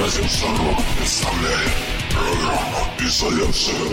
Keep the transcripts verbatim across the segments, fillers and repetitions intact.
Радио Сорок представляет программу «Изоляция».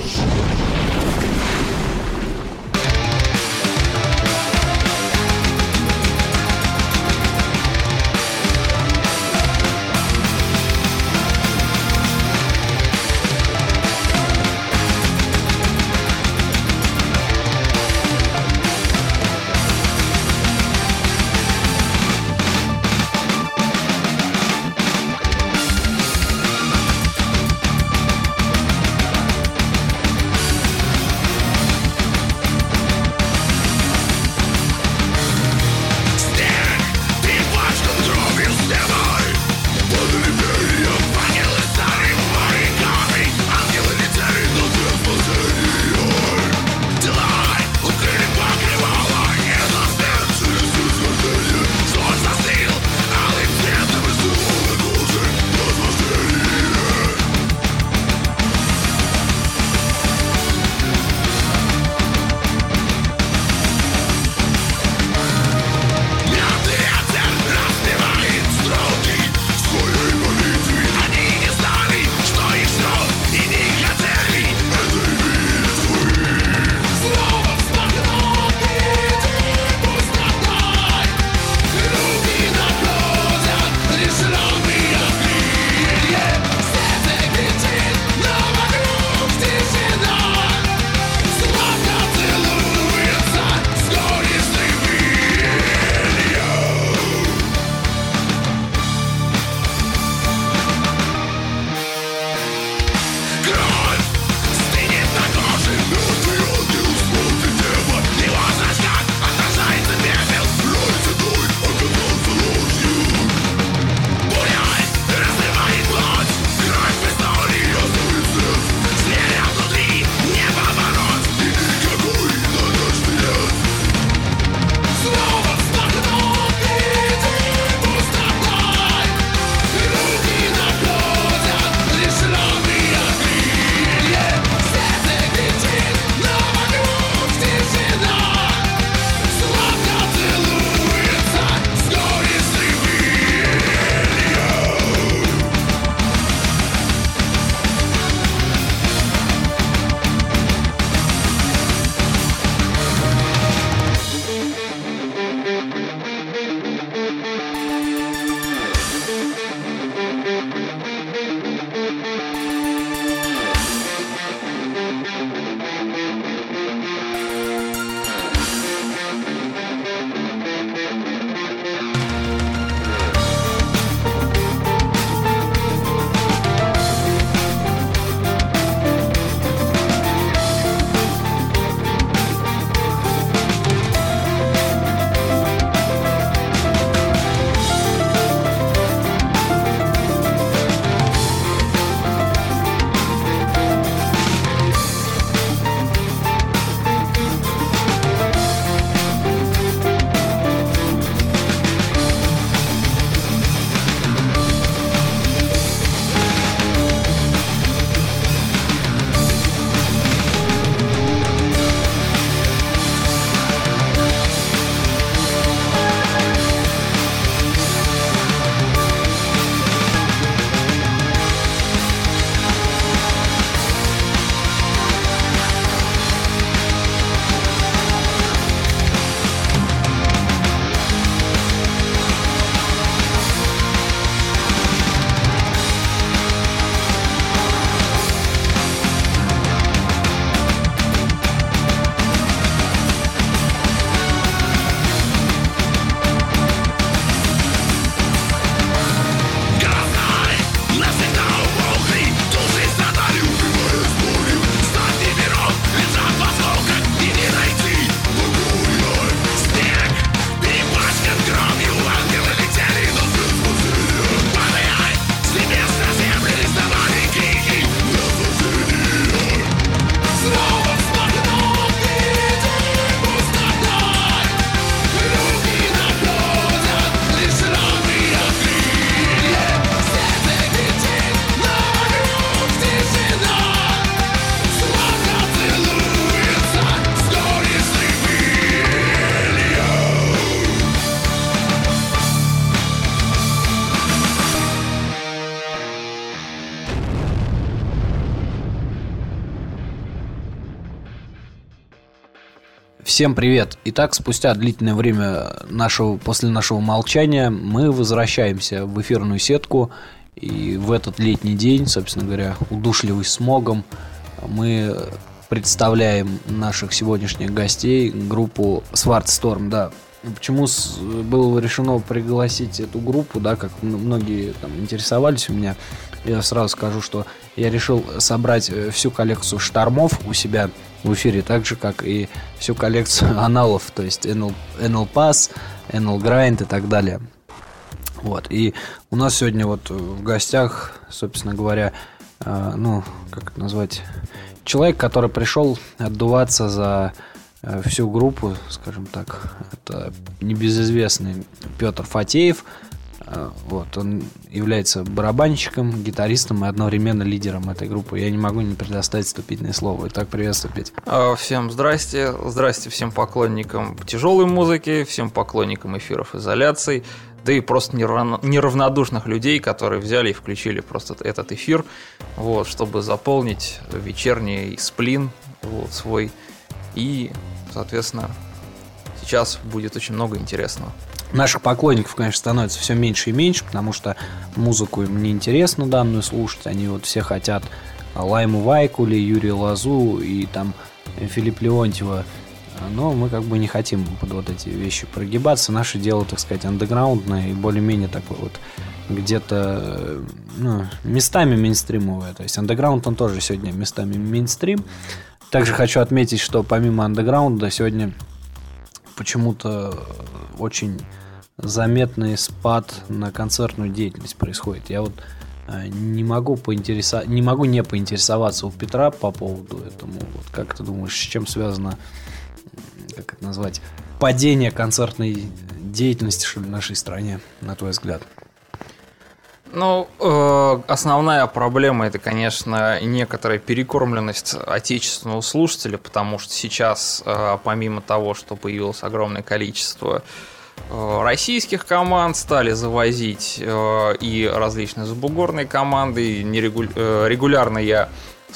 Всем привет! Итак, спустя длительное время нашего, после нашего молчания мы возвращаемся в эфирную сетку. И в этот летний день, собственно говоря, удушливый смогом, мы представляем наших сегодняшних гостей, группу Swartstorm, да. Почему было решено пригласить эту группу, да, как многие там интересовались у меня, я сразу скажу, что я решил собрать всю коллекцию штормов у себя в эфире, так же, как и всю коллекцию аналов, то есть эн эл Pass, эн эл Grind и так далее. Вот, и у нас сегодня вот в гостях, собственно говоря, э, ну, как это назвать, человек, который пришел отдуваться за э, всю группу, скажем так, это небезызвестный Петр Фатеев. Э, вот, он является барабанщиком, гитаристом и одновременно лидером этой группы. Я не могу не предоставить вступительное слово. Итак, приветствую, Петь. Всем здрасте, здрасте всем поклонникам тяжелой музыки, всем поклонникам эфиров изоляций, да и просто неравнодушных людей, которые взяли и включили просто этот эфир, вот, чтобы заполнить вечерний сплин вот, свой. И, соответственно, сейчас будет очень много интересного. Наших поклонников, конечно, становится все меньше и меньше, потому что музыку им неинтересно данную слушать. Они вот все хотят Лайму Вайкули, Юрия Лозу и там Филиппа Леонтьева. Но мы как бы не хотим под вот эти вещи прогибаться. Наше дело, так сказать, андеграундное и более-менее такое вот где-то, ну, местами мейнстримовое. То есть андеграунд, он тоже сегодня местами мейнстрим. Также хочу отметить, что помимо андеграунда сегодня почему-то очень заметный спад на концертную деятельность происходит. Я вот не могу, поинтересо... не могу не поинтересоваться у Петра по поводу этому. Вот как ты думаешь, с чем связано, как это назвать, падение концертной деятельности, что ли, в нашей стране, на твой взгляд? Ну, э, основная проблема — это, конечно, некоторая перекормленность отечественного слушателя, потому что сейчас, э, помимо того, что появилось огромное количество э, российских команд, стали завозить э, и различные забугорные команды, и нерегу... э, регулярно я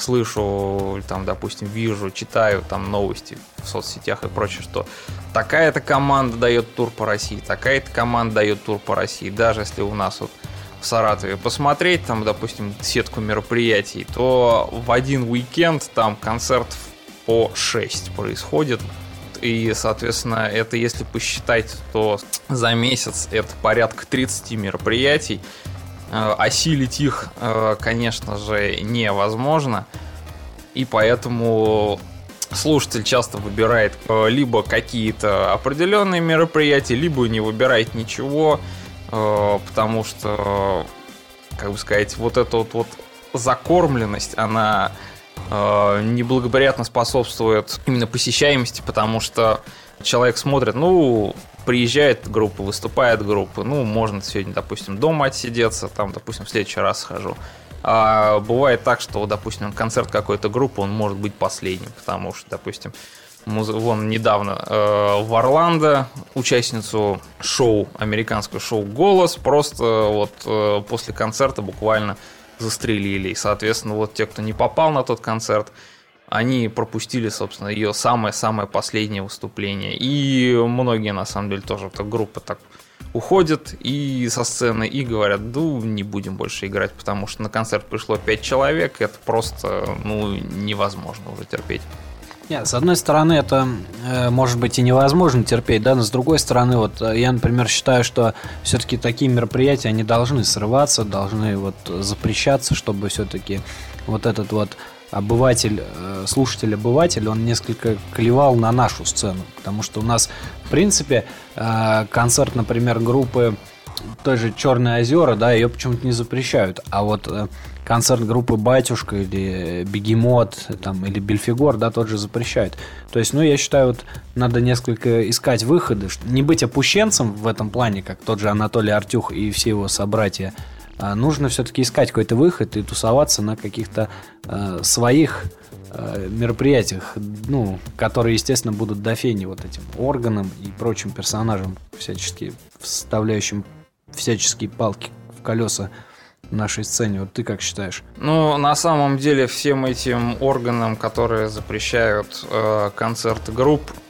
слышу, там, допустим, вижу, читаю там новости в соцсетях и прочее, что такая-то команда дает тур по России, такая-то команда дает тур по России. Даже если у нас вот в Саратове посмотреть, там, допустим, сетку мероприятий, то в один уикенд там концертов по шесть происходит. И, соответственно, это если посчитать, то за месяц это порядка тридцать мероприятий. Осилить их, конечно же, невозможно. И поэтому слушатель часто выбирает либо какие-то определенные мероприятия, либо не выбирает ничего, потому что, как бы сказать, вот эта вот, вот закормленность, она неблагоприятно способствует именно посещаемости, потому что человек смотрит, ну, приезжает группа, выступает группа, ну, можно сегодня, допустим, дома отсидеться, там, допустим, в следующий раз схожу. А бывает так, что, допустим, концерт какой-то группы, он может быть последним, потому что, допустим, муз... вон недавно э, в Орландо участницу шоу, американского шоу «Голос», просто вот э, после концерта буквально застрелили. И, соответственно, вот те, кто не попал на тот концерт, они пропустили, собственно, ее самое-самое последнее выступление. И многие, на самом деле, тоже эта группа так уходят и со сцены и говорят, ну, не будем больше играть, потому что на концерт пришло пять человек, это просто, ну, невозможно уже терпеть. Нет, с одной стороны, это э, может быть и невозможно терпеть, да, но с другой стороны, вот я, например, считаю, что все-таки такие мероприятия, они должны срываться, должны вот запрещаться, чтобы все-таки вот этот вот обыватель, слушатель-обыватель, он несколько клевал на нашу сцену, потому что у нас, в принципе, концерт, например, группы той же «Черные озера», да, ее почему-то не запрещают, а вот концерт группы «Батюшка» или «Бегемот» там, или «Бельфигор», да, тот же запрещают. То есть, ну, я считаю, вот надо несколько искать выходы, не быть опущенцем в этом плане, как тот же Анатолий Артюх и все его собратья. Нужно все-таки искать какой-то выход и тусоваться на каких-то э, своих э, мероприятиях, ну, которые, естественно, будут до фени вот этим органам и прочим персонажам, всячески вставляющим всяческие палки в колеса нашей сцене. Вот ты как считаешь? Ну, на самом деле, всем этим органам, которые запрещают э, концерты групп,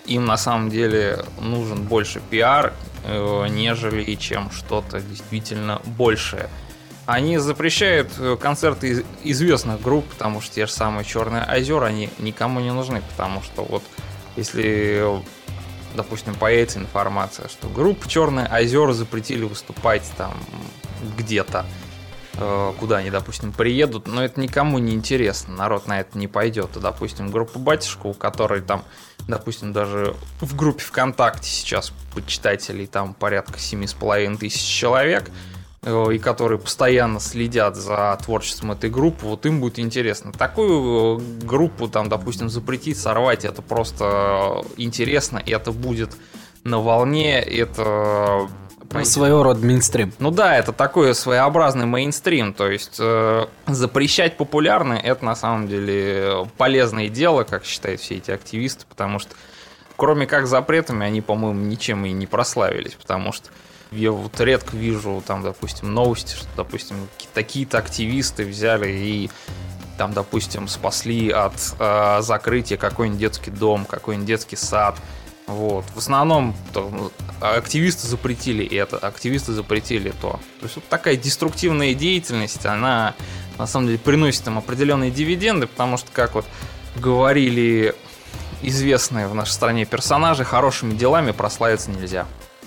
им на самом деле нужен больше пиар, э, нежели чем что-то действительно большее. Они запрещают концерты из известных групп, потому что те же самые Черные озера, они никому не нужны, потому что вот если, допустим, появится информация, что группа Черные озера запретили выступать там где-то, куда они, допустим, приедут, но это никому не интересно, народ на это не пойдет. И, допустим, группа Батюшка, у которой там, допустим, даже в группе ВКонтакте сейчас почитателей там порядка семь с половиной тысяч человек, и которые постоянно следят за творчеством этой группы, вот им будет интересно. Такую группу там, допустим, запретить, сорвать, это просто интересно, и это будет на волне, это... Ну, своего рода мейнстрим. Ну да, это такой своеобразный мейнстрим, то есть э, запрещать популярное, это на самом деле полезное дело, как считают все эти активисты, потому что кроме как запретами они, по-моему, ничем и не прославились, потому что я вот редко вижу там, допустим, новости, что, допустим, такие-то активисты взяли и там, допустим, спасли от э, закрытия какой-нибудь детский дом, какой-нибудь детский сад. Вот. В основном то, активисты запретили это, активисты запретили то. То есть вот такая деструктивная деятельность, она на самом деле приносит им определенные дивиденды, потому что, как вот говорили известные в нашей стране персонажи, хорошими делами прославиться нельзя.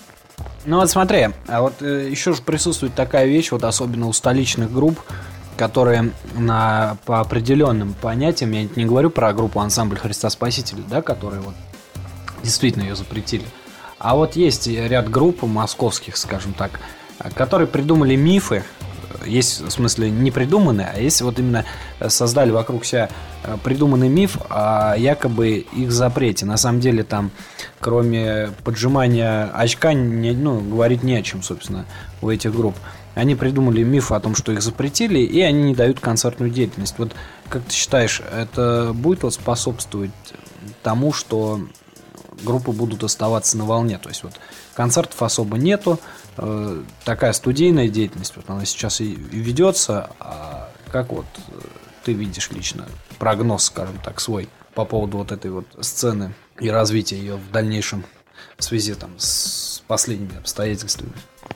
Ну вот смотри, а вот э, еще же присутствует такая вещь, вот особенно у столичных групп, которые на, по определенным понятиям, я не говорю про группу ансамбль Христа Спасителя, да, которые вот действительно ее запретили. А вот есть ряд групп московских, скажем так, которые придумали мифы. Есть, в смысле, не придуманные, а есть вот именно создали вокруг себя придуманный миф о якобы их запрете. На самом деле там, кроме поджимания очка, не, ну, говорить не о чем, собственно, у этих групп. Они придумали миф о том, что их запретили, и они не дают концертную деятельность. Вот как ты считаешь, это будет вот способствовать тому, что группы будут оставаться на волне? То есть вот концертов особо нету, э, такая студийная деятельность, вот она сейчас и ведется. А как вот ты видишь лично прогноз, скажем так, свой по поводу вот этой вот сцены и развития ее в дальнейшем в связи там с последними обстоятельствами?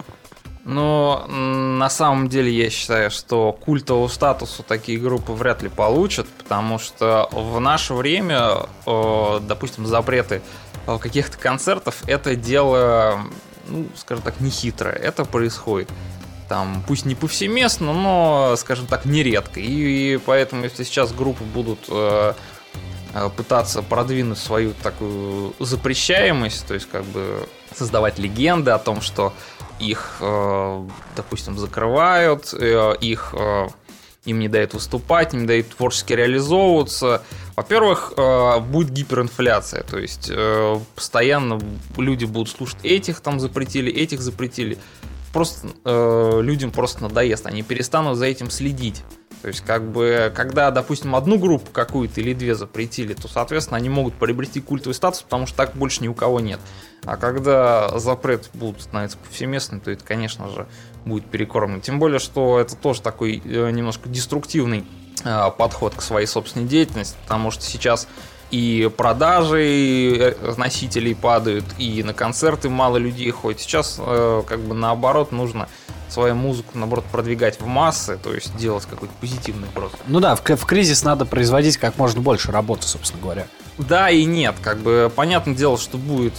Но на самом деле я считаю, что культового статуса такие группы вряд ли получат, потому что в наше время, допустим, запреты каких-то концертов — это дело, ну, скажем так, нехитрое. Это происходит там, пусть не повсеместно, но, скажем так, нередко. И, и поэтому, если сейчас группы будут э, пытаться продвинуть свою такую запрещаемость, то есть как бы создавать легенды о том, что их, э, допустим, закрывают, э, их э, им не дают выступать, им не дают творчески реализовываться. Во-первых, э, будет гиперинфляция, то есть э, постоянно люди будут слушать этих там запретили, этих запретили. Просто э, людям просто надоест, они перестанут за этим следить. То есть, как бы, когда, допустим, одну группу какую-то или две запретили, то, соответственно, они могут приобрести культовый статус, потому что так больше ни у кого нет. А когда запрет будут становиться повсеместным, то это, конечно же, будет перекормлено. Тем более, что это тоже такой э, немножко деструктивный э, подход к своей собственной деятельности, потому что сейчас и продажи носителей падают, и на концерты мало людей ходит. Сейчас, э, как бы, наоборот, нужно свою музыку, наоборот, продвигать в массы, то есть делать какой-то позитивный просто. Ну да, в, в кризис надо производить как можно больше работы, собственно говоря. Да и нет, как бы понятное дело, что будет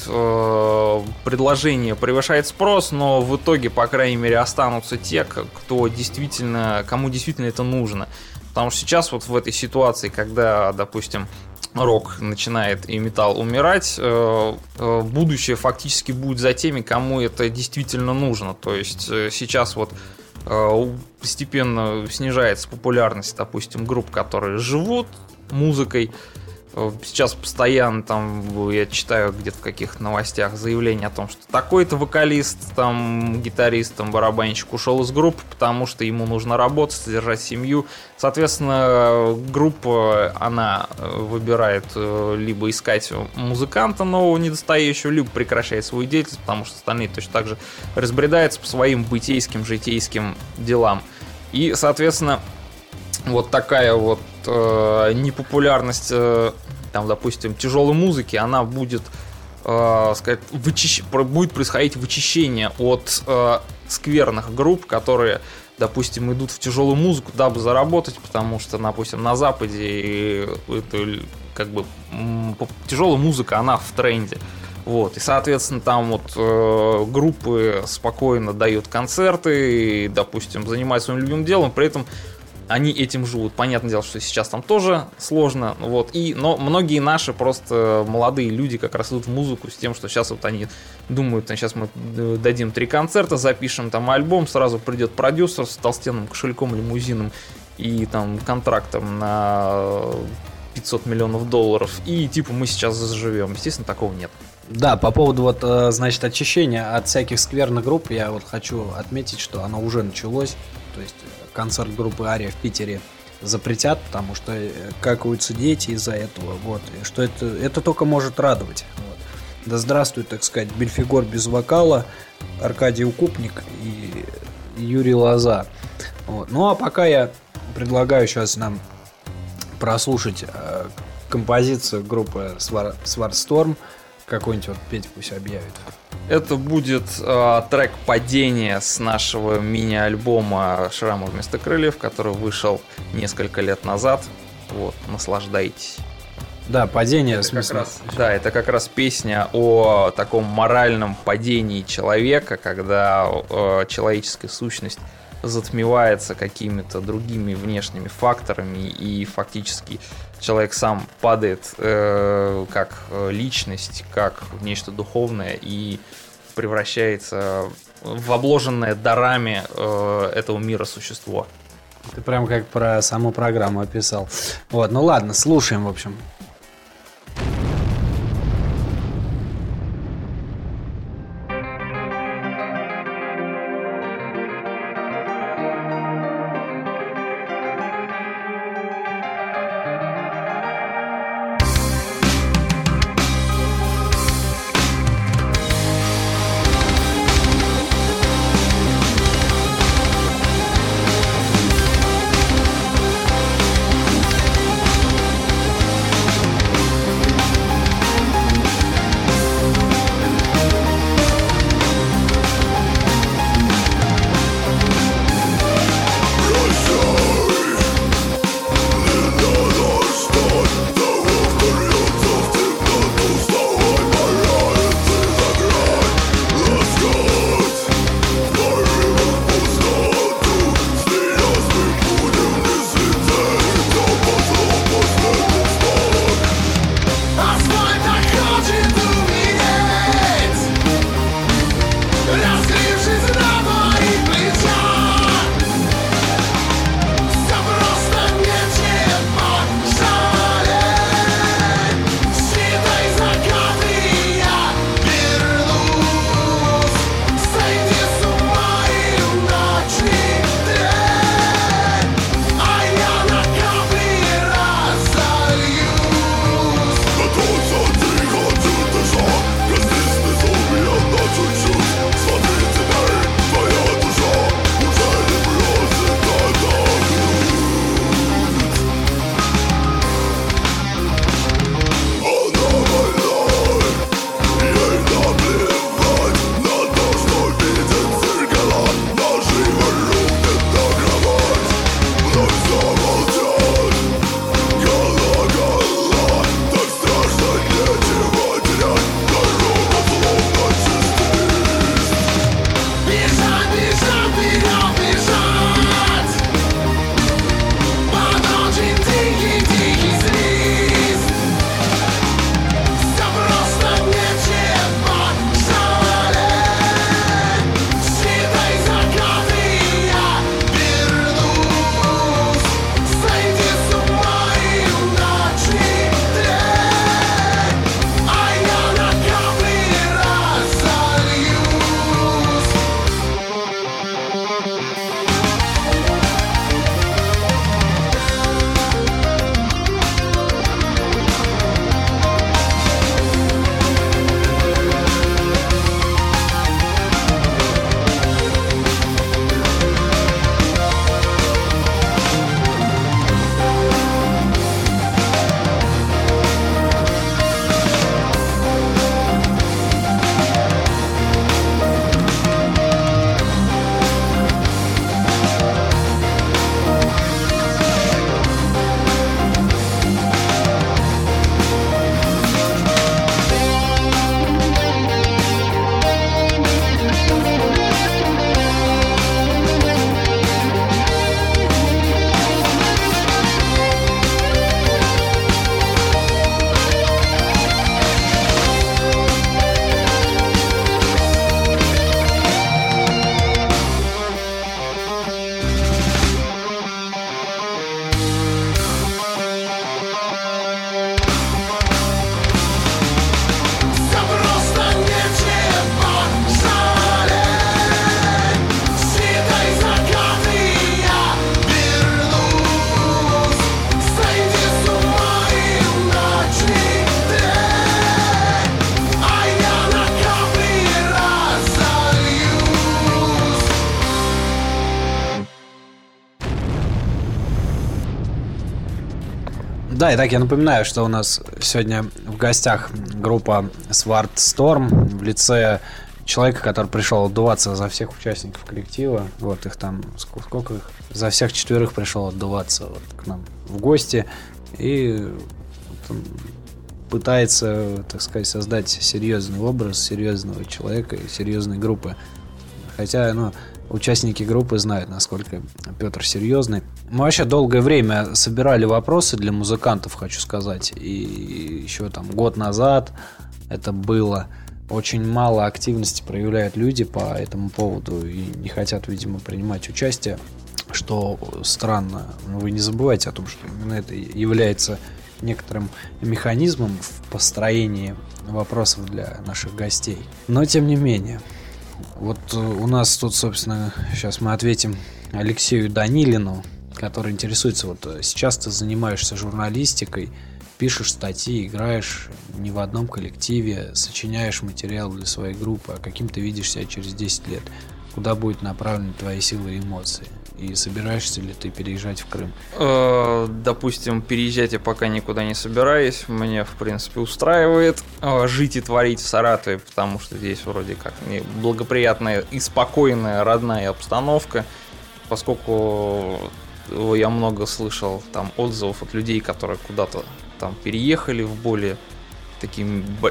э, предложение превышает спрос, но в итоге, по крайней мере, останутся те, кто действительно, кому действительно это нужно. Потому что сейчас вот в этой ситуации, когда, допустим, рок начинает и металл умирать, э, э, будущее фактически будет за теми, кому это действительно нужно. То есть э, сейчас вот э, постепенно снижается популярность, допустим, групп, которые живут музыкой. Сейчас постоянно там я читаю где-то в каких-то новостях заявления о том, что такой-то вокалист, там гитарист, там барабанщик ушел из группы, потому что ему нужно работать, содержать семью. Соответственно, группа, она выбирает либо искать музыканта нового, недостающего, либо прекращает свою деятельность, потому что остальные точно так же разбредаются по своим бытейским, житейским делам. И, соответственно, вот такая вот э, непопулярность, э, там, допустим, тяжелой музыки, она будет э, сказать, вычищ... будет происходить вычищение от э, скверных групп, которые, допустим, идут в тяжелую музыку, дабы заработать, потому что, допустим, на Западе это, как бы, тяжелая музыка, она в тренде. Вот, и, соответственно, там вот э, группы спокойно дают концерты, и, допустим, занимаются своим любимым делом, при этом они этим живут. Понятное дело, что сейчас там тоже сложно, вот, и, но многие наши просто молодые люди как раз идут в музыку с тем, что сейчас вот они думают, сейчас мы дадим три концерта, запишем там альбом, сразу придет продюсер с толстенным кошельком, лимузином и там контрактом на пятьсот миллионов долларов, и типа мы сейчас заживем. Естественно, такого нет. Да, по поводу вот, значит, очищения от всяких скверных групп, я вот хочу отметить, что оно уже началось. То есть концерт группы Ария в Питере запретят, потому что какаются дети из-за этого. Вот, и что это, это только может радовать. Вот. Да здравствует, так сказать, Бельфигор без вокала, Аркадий Укупник и Юрий Лоза. Вот. Ну а пока я предлагаю сейчас нам прослушать э, композицию группы Сварсторм. Какой-нибудь вот Петя пусть объявит. Это будет э, трек «Падение» с нашего мини-альбома «Шрамы вместо крыльев», который вышел несколько лет назад. Вот, наслаждайтесь. Да, «Падение», это в смысле. Как раз, да, это как раз песня о таком моральном падении человека, когда э, человеческая сущность затмевается какими-то другими внешними факторами, и фактически человек сам падает э, как личность, как нечто духовное, и превращается в обложенное дарами э, этого мира существо. Ты прям как про саму программу описал. Вот, ну ладно, слушаем, в общем. Да, итак, я напоминаю, что у нас сегодня в гостях группа Swart Storm в лице человека, который пришел отдуваться за всех участников коллектива. Вот их там, сколько, сколько их? За всех четверых пришел отдуваться вот к нам в гости. И вот пытается, так сказать, создать серьезный образ серьезного человека и серьезной группы. Хотя, ну, участники группы знают, насколько Петр серьезный. Мы вообще долгое время собирали вопросы для музыкантов, хочу сказать. И еще там год назад это было. Очень мало активности проявляют люди по этому поводу и не хотят, видимо, принимать участие, что странно. Но вы не забывайте о том, что именно это является некоторым механизмом в построении вопросов для наших гостей. Но тем не менее, вот у нас тут, собственно, сейчас мы ответим Алексею Данилину, который интересуется, вот сейчас ты занимаешься журналистикой, пишешь статьи, играешь не в одном коллективе, сочиняешь материал для своей группы, а каким ты видишь себя через десять лет, куда будут направлены твои силы и эмоции, и собираешься ли ты переезжать в Крым? Э, допустим, переезжать я пока никуда не собираюсь, мне, в принципе, устраивает э, жить и творить в Саратове, потому что здесь вроде как благоприятная и спокойная родная обстановка, поскольку я много слышал там отзывов от людей, которые куда-то там переехали в более такие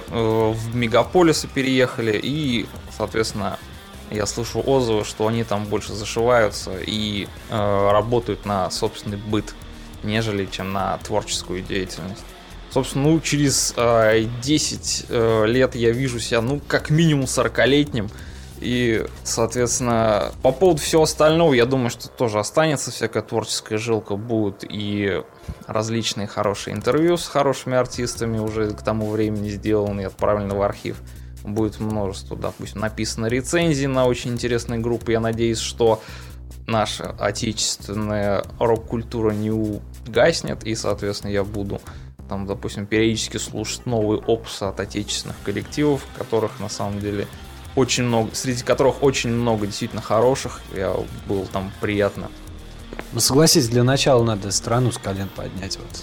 э, в мегаполисы переехали, и, соответственно, я слышу отзывы, что они там больше зашиваются и э, работают на собственный быт, нежели чем на творческую деятельность. Собственно, ну, через э, десять э, лет я вижу себя, ну, как минимум сорокалетним. И, соответственно, по поводу всего остального, я думаю, что тоже останется всякая творческая жилка, будут и различные хорошие интервью с хорошими артистами уже к тому времени сделаны и отправлены в архив. Будет множество, допустим, написано рецензий на очень интересные группы. Я надеюсь, что наша отечественная рок-культура не угаснет, и, соответственно, я буду там, допустим, периодически слушать новые опусы от отечественных коллективов, которых на самом деле очень много, среди которых очень много действительно хороших. Я был там приятно. Ну, согласись, для начала надо страну с колен поднять. Вот.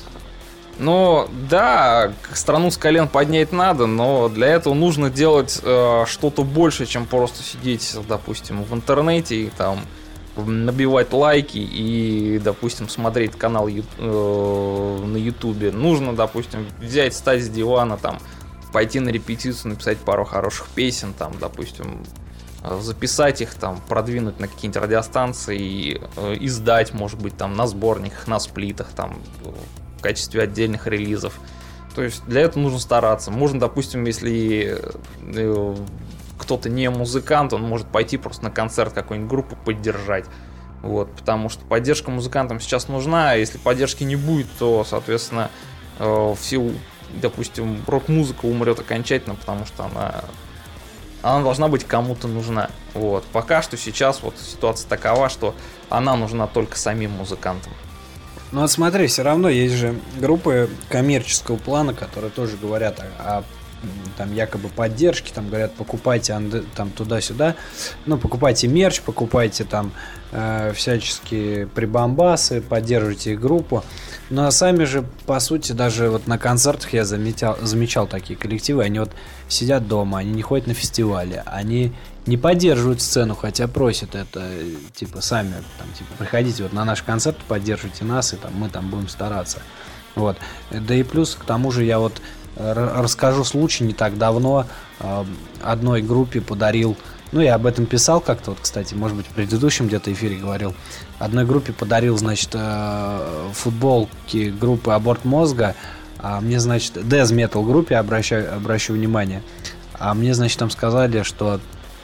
Ну, да, страну с колен поднять надо, но для этого нужно делать э, что-то больше, чем просто сидеть, допустим, в интернете и там набивать лайки и, допустим, смотреть канал ю- э, на ютубе. Нужно, допустим, взять, встать с дивана, там, пойти на репетицию, написать пару хороших песен, там, допустим, записать их, там, продвинуть на какие-нибудь радиостанции и э, издать, может быть, там, на сборниках, на сплитах, там, в качестве отдельных релизов. То есть для этого нужно стараться. Можно, допустим, если э, кто-то не музыкант, он может пойти просто на концерт какой-нибудь группы поддержать. Вот, потому что поддержка музыкантам сейчас нужна, а если поддержки не будет, то, соответственно, э, в силу, допустим, рок-музыка умрет окончательно, потому что она, она должна быть кому-то нужна. Вот. Пока что сейчас вот ситуация такова, что она нужна только самим музыкантам. Ну вот смотри, все равно есть же группы коммерческого плана, которые тоже говорят о, о там якобы поддержке, там говорят, покупайте анде, там туда-сюда, ну покупайте мерч, покупайте там э, всяческие прибамбасы, поддерживайте их группу. Ну а сами же, по сути, даже вот на концертах я заметил, замечал такие коллективы, они вот сидят дома, они не ходят на фестивали, они не поддерживают сцену, хотя просят это, типа, сами, там, типа, приходите вот на наш концерт, поддержите нас, и там мы там будем стараться. Вот. Да и плюс, к тому же, я вот расскажу случай, не так давно э, одной группе подарил, ну, я об этом писал как-то, вот, кстати, может быть, в предыдущем где-то эфире говорил, одной группе подарил, значит, э, футболки группы Аборт Мозга, а мне, значит, Death Metal группе, обращаю, обращу внимание, а мне, значит, там сказали, что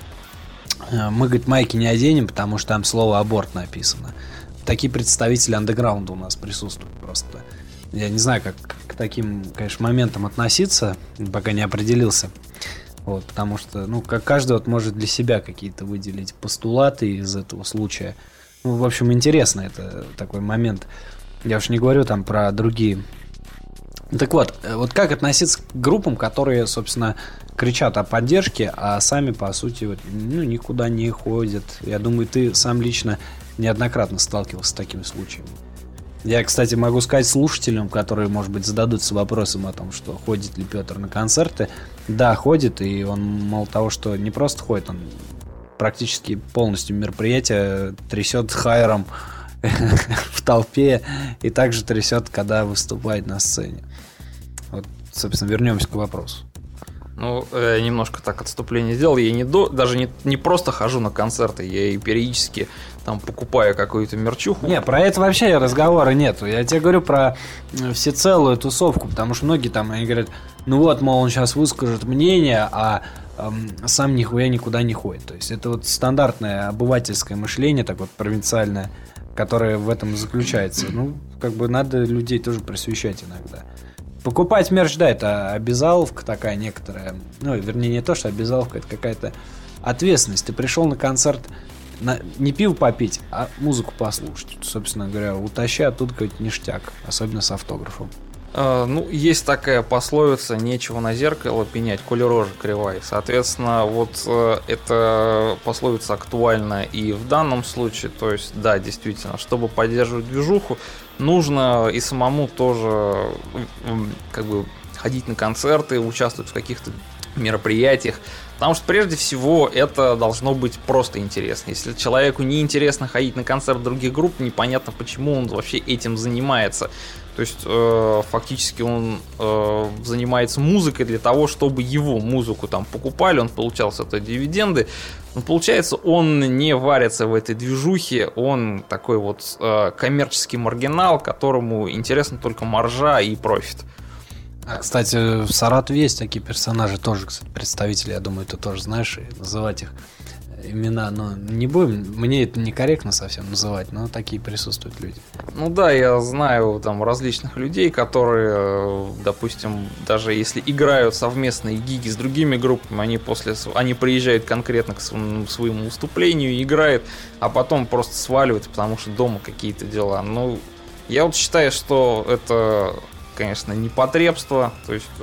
мы, говорит, майки не оденем, потому что там слово аборт написано. Такие представители андеграунда у нас присутствуют просто. Я не знаю, как к таким, конечно, моментам относиться, пока не определился. Вот, потому что, ну, как каждый вот может для себя какие-то выделить постулаты из этого случая. Ну, в общем, интересно это такой момент. Я уж не говорю там про другие. Так вот, вот как относиться к группам, которые, собственно, кричат о поддержке, а сами, по сути, вот, ну, никуда не ходят. Я думаю, ты сам лично неоднократно сталкивался с такими случаями. Я, кстати, могу сказать слушателям, которые, может быть, зададутся вопросом о том, что ходит ли Петр на концерты. Да, ходит, и он мало того, что не просто ходит, он практически полностью мероприятие трясет хайром в толпе и также трясет, когда выступает на сцене. Вот, собственно, вернемся к вопросу. Ну, я немножко так отступление сделал. Я не до, даже не, не просто хожу на концерты, я и периодически там покупаю какую-то мерчуху. Не, про это вообще разговора нету. Я тебе говорю про всецелую тусовку, потому что многие там, они говорят, ну вот, мол, он сейчас выскажет мнение, а эм, сам нихуя никуда не ходит. То есть это вот стандартное обывательское мышление, так вот провинциальное, которое в этом заключается. Ну, как бы надо людей тоже просвещать иногда. Покупать мерч, да, это обязаловка такая некоторая. Ну, вернее, не то, что обязаловка, это какая-то ответственность. Ты пришел на концерт на, не пиво попить, а музыку послушать. Собственно говоря, утащи оттуда какой-то ништяк, особенно с автографом. Uh, ну, есть такая пословица: нечего на зеркало пенять, коли рожа кривая. Соответственно, вот uh, эта пословица актуальна и в данном случае. То есть, да, действительно, чтобы поддерживать движуху, нужно и самому тоже как бы ходить на концерты, участвовать в каких-то мероприятиях. Потому что прежде всего это должно быть просто интересно. Если человеку не интересно ходить на концерт других групп, непонятно, почему он вообще этим занимается. То есть э, фактически он э, занимается музыкой для того, чтобы его музыку там покупали, он получал с этого дивиденды. Но получается, он не варится в этой движухе, он такой вот э, коммерческий маргинал, которому интересна только маржа и профит. А, кстати, в Саратове есть такие персонажи, тоже, кстати, представители, я думаю, ты тоже знаешь, и называть их имена, но не будем, мне это некорректно совсем называть, но такие присутствуют люди. Ну да, я знаю там различных людей, которые, допустим, даже если играют совместные гиги с другими группами, они после, они приезжают конкретно к своему, своему выступлению, играют, а потом просто сваливают, потому что дома какие-то дела. Ну, я вот считаю, что это, конечно, непотребство, то есть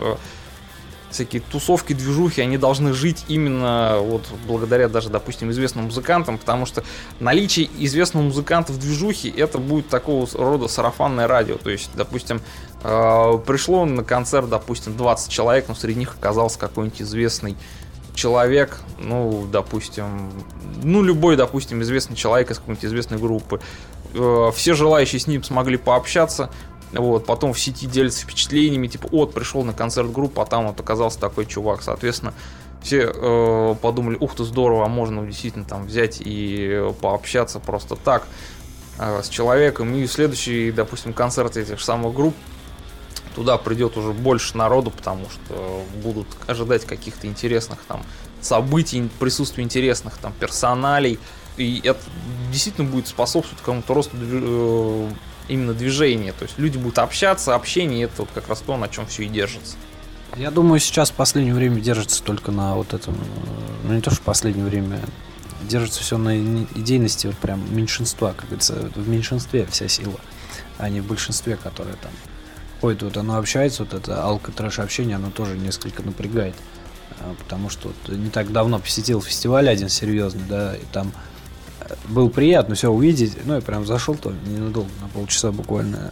всякие тусовки, движухи, они должны жить именно вот благодаря даже, допустим, известным музыкантам, потому что наличие известного музыканта в движухе, это будет такого рода сарафанное радио. То есть, допустим, э, пришло на концерт, допустим, двадцать человек, но среди них оказался какой-нибудь известный человек, ну, допустим, ну, любой, допустим, известный человек из какой-нибудь известной группы. Э, все желающие с ним смогли пообщаться. Вот, потом в сети делятся впечатлениями, типа, вот, пришел на концерт группы, а там вот оказался такой чувак. Соответственно, все э, подумали, ух ты, здорово, а можно действительно там взять и пообщаться просто так э, с человеком. И следующий, допустим, концерт этих же самых групп, туда придет уже больше народу, потому что будут ожидать каких-то интересных там событий, присутствия интересных там персоналей. И это действительно будет способствовать какому-то росту э, именно движение, то есть люди будут общаться, общение, это вот как раз то, на чем все и держится. Я думаю, сейчас в последнее время держится только на вот этом, ну не то, что в последнее время, держится все на идейности вот прям меньшинства, как говорится, в меньшинстве вся сила, а не в большинстве, которое там ходит, вот оно общается, вот это алко-трэш общение, оно тоже несколько напрягает, потому что вот не так давно посетил фестиваль один серьезный, да, и там было приятно все увидеть. Ну, я прям зашел то ненадолго, на полчаса буквально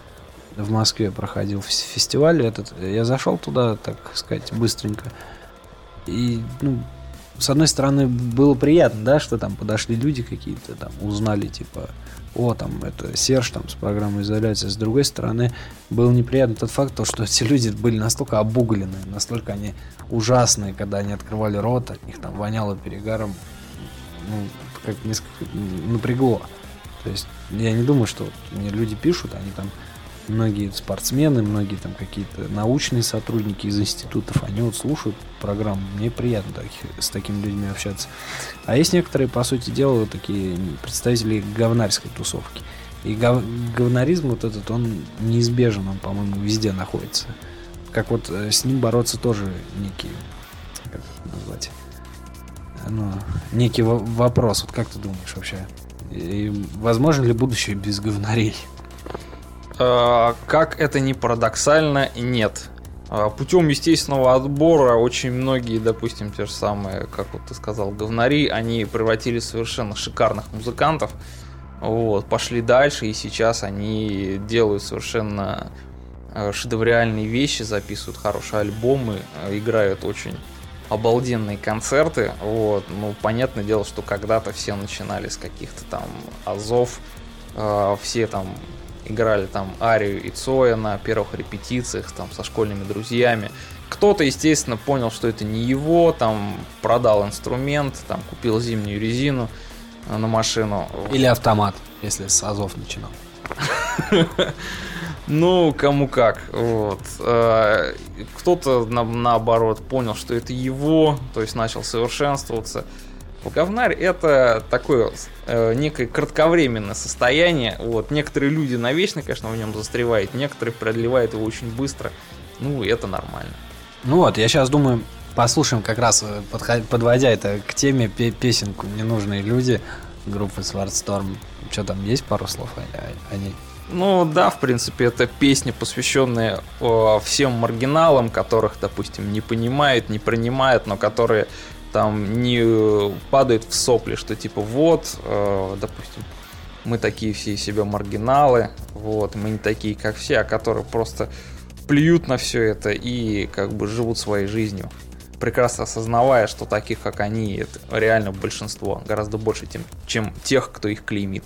в Москве проходил фестиваль этот. Я зашел туда, так сказать, быстренько. И, ну, с одной стороны, было приятно, да, что там подошли люди какие-то, там, узнали, типа, о, там, это Серж, там, с программой изоляции. С другой стороны, было неприятно тот факт, что эти люди были настолько обуглены, настолько они ужасные, когда они открывали рот, от них там воняло перегаром. Ну, как несколько напрягло. То есть я не думаю, что вот мне люди пишут, они там многие спортсмены, многие там какие-то научные сотрудники из институтов, они вот слушают программу. Мне приятно так, с такими людьми общаться. А есть некоторые, по сути дела, вот такие представители говнарской тусовки. И гов... говнаризм вот этот, он неизбежен, он, по-моему, везде находится. Как вот с ним бороться тоже некий, как это назвать, ну, некий вопрос. Вот как ты думаешь вообще? И возможно ли будущее без говнарей? А, как это ни парадоксально, нет. А, путем естественного отбора очень многие, допустим, те же самые, как вот ты сказал, говнари, они превратились в совершенно шикарных музыкантов. Вот, пошли дальше, и сейчас они делают совершенно шедевриальные вещи, записывают хорошие альбомы, играют очень обалденные концерты. Вот. Ну, понятное дело, что когда-то все начинали с каких-то там азов, э, все там играли там арию и Цоя на первых репетициях там со школьными друзьями. Кто-то, естественно, понял, что это не его, там продал инструмент, там купил зимнюю резину на машину. Или автомат, если с азов начинал. Ну, кому как. Вот. Кто-то, на, наоборот, понял, что это его, то есть начал совершенствоваться. Говнарь — это такое э, некое кратковременное состояние. Вот. Некоторые люди навечно, конечно, в нем застревают, некоторые продлевают его очень быстро. Ну, это нормально. Ну вот, я сейчас думаю, послушаем как раз, подходя, подводя это к теме, песенку «Ненужные люди» группы Swartstorm. Что там, есть пару слов о, о ней? Ну да, в принципе, это песня, посвященная о, всем маргиналам, которых, допустим, не понимают, не принимают, но которые там не падают в сопли, что типа вот, э, допустим, мы такие все из себя маргиналы, вот, мы не такие, как все, а которые просто плюют на все это и как бы живут своей жизнью, прекрасно осознавая, что таких, как они, это реально большинство, гораздо больше, тем, чем тех, кто их клеймит.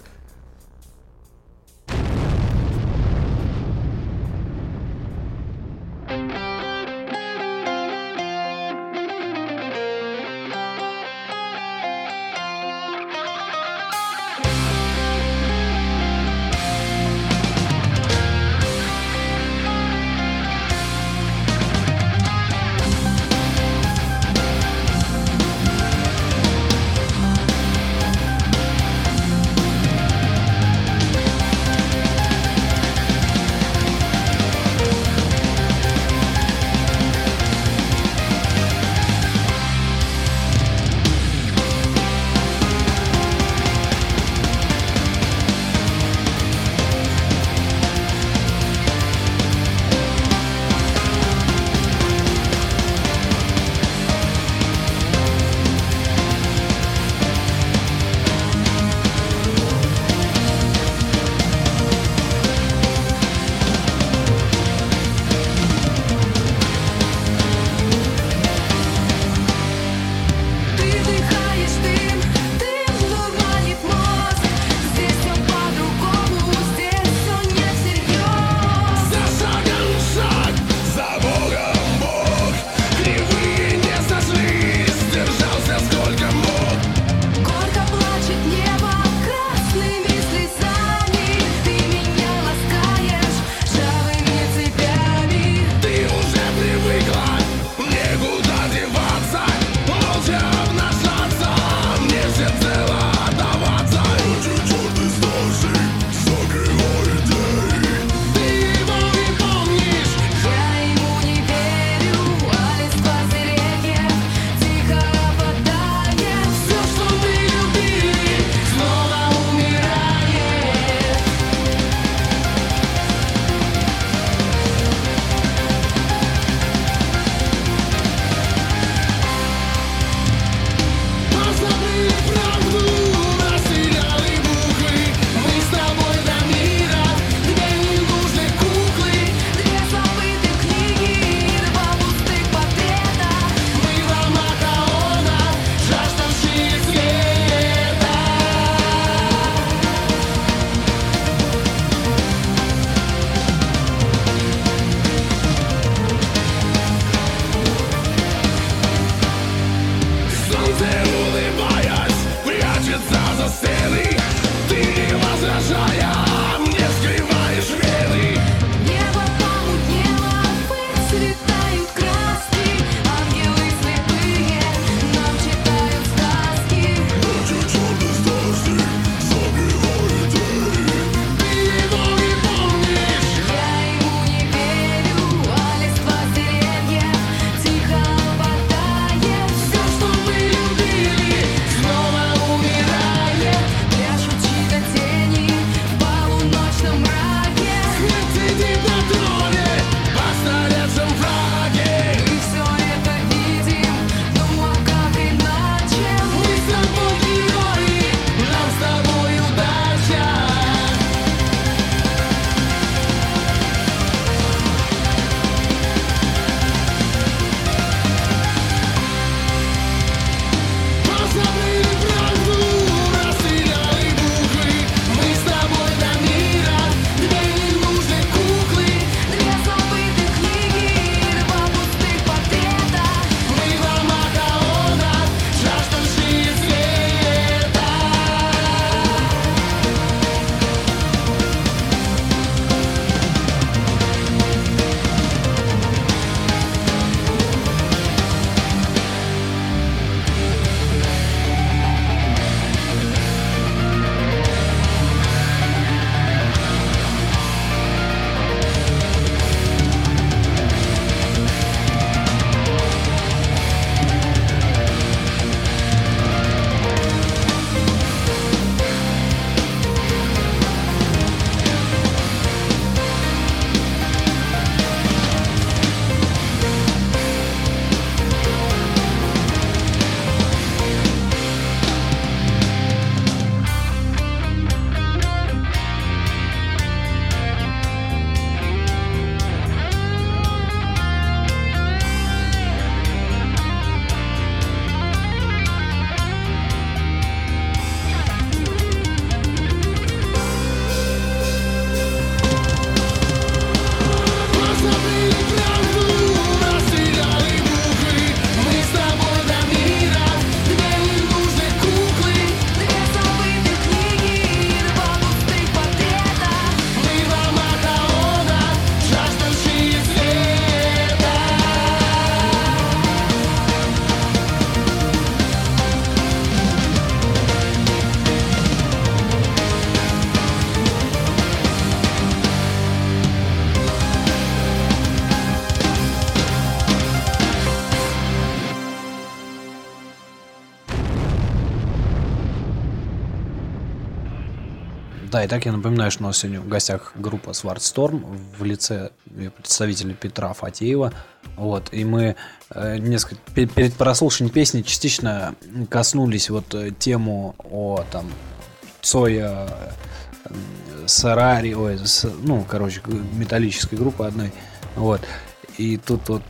Да, и так я напоминаю, что у нас сегодня в гостях группа Свардсторм в лице представителя Петра Фатеева. Вот, и мы э, несколько перед прослушиванием песни частично коснулись вот тему о там Цоя, э, Сарари, ой, с, ну, короче, металлической группы одной. Вот. И тут вот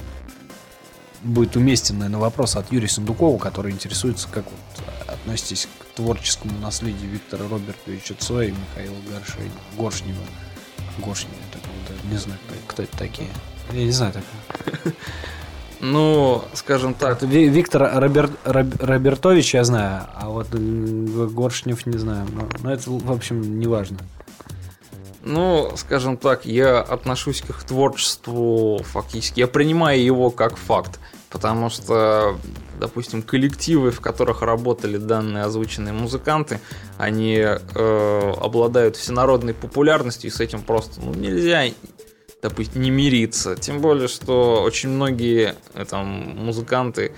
будет уместен, наверное, вопрос от Юрия Сундукова, который интересуется, как вот относитесь к творческому наследию Виктора Робертовича Цоя и Михаила Горшей, Горшнева. Горшнева, так вот, не знаю, кто это такие. Я не знаю такого. Ну, скажем так. Виктор Роберт, Роб, Робертович я знаю, а вот Горшнев не знаю. Но, но это, в общем, не важно. Ну, скажем так, я отношусь к их творчеству фактически. Я принимаю его как факт. Потому что, допустим, коллективы, в которых работали данные озвученные музыканты, они э, обладают всенародной популярностью, и с этим просто ну, нельзя, допустим, не мириться. Тем более, что очень многие э, там, музыканты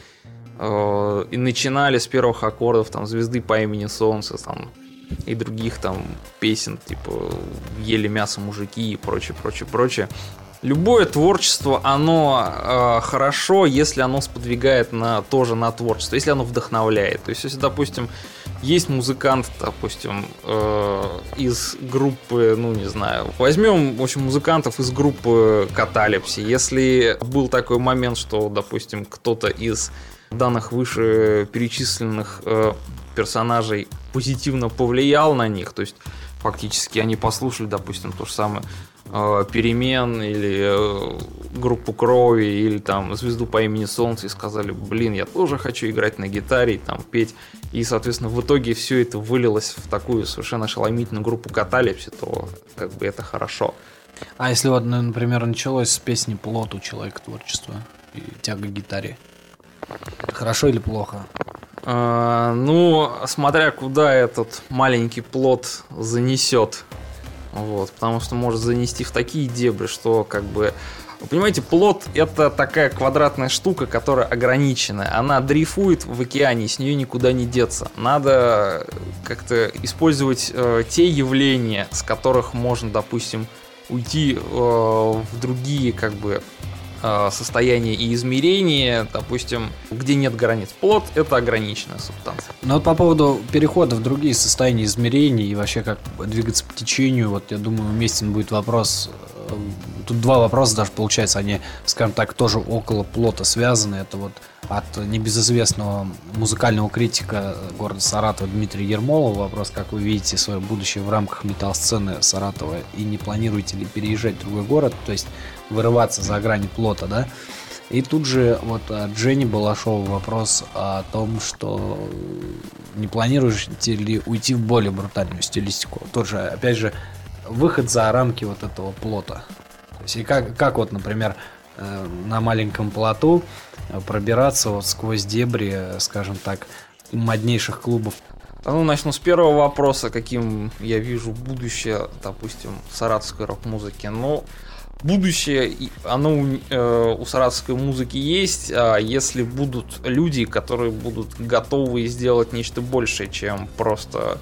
э, и начинали с первых аккордов там, «Звезды по имени Солнце», там, и других там песен, типа «Ели мясо мужики» и прочее, прочее, прочее. Любое творчество, оно э, хорошо, если оно сподвигает на, тоже на творчество, если оно вдохновляет. То есть, если, допустим, есть музыкант, допустим, э, из группы, ну, не знаю, возьмем, в общем, музыкантов из группы Каталепси. Если был такой момент, что, допустим, кто-то из данных выше перечисленных э, персонажей позитивно повлиял на них, то есть, фактически они послушали, допустим, то же самое Перемен или э, группу Крови или там «Звезду по имени Солнце» и сказали, блин, я тоже хочу играть на гитаре, там петь, и, соответственно, в итоге все это вылилось в такую совершенно ошеломительную группу Каталепси, то как бы это хорошо. А если вот, например, началось с песни «Плот» у человека творчества и тяга к гитаре, хорошо или плохо? А, ну, смотря куда этот маленький плод занесет. Вот, потому что может занести в такие дебри, что как бы... Вы понимаете, плот — это такая квадратная штука, которая ограниченная. Она дрейфует в океане, с нее никуда не деться. Надо как-то использовать э, те явления, с которых можно, допустим, уйти э, в другие как бы э, состояния и измерения, допустим, где нет границ. Плот — это ограниченная субстанция. Но вот по поводу перехода в другие состояния измерений и вообще как двигаться по течению, вот я думаю, уместен будет вопрос. Тут два вопроса даже получается, они, скажем так, тоже около плота связаны. Это вот от небезызвестного музыкального критика города Саратова Дмитрия Ермолова вопрос, как вы видите свое будущее в рамках металл-сцены Саратова и не планируете ли переезжать в другой город, то есть вырываться за грани плота, да? И тут же вот от Жени Балашова вопрос о том, что не планируете ли уйти в более брутальную стилистику. Тоже, опять же, выход за рамки вот этого плота. То есть, и как, как вот, например, на маленьком плоту пробираться вот сквозь дебри, скажем так, моднейших клубов. Ну, начну с первого вопроса, каким я вижу будущее, допустим, саратовской рок-музыки. Ну, будущее, оно у, э, у саратовской музыки есть, а если будут люди, которые будут готовы сделать нечто большее, чем просто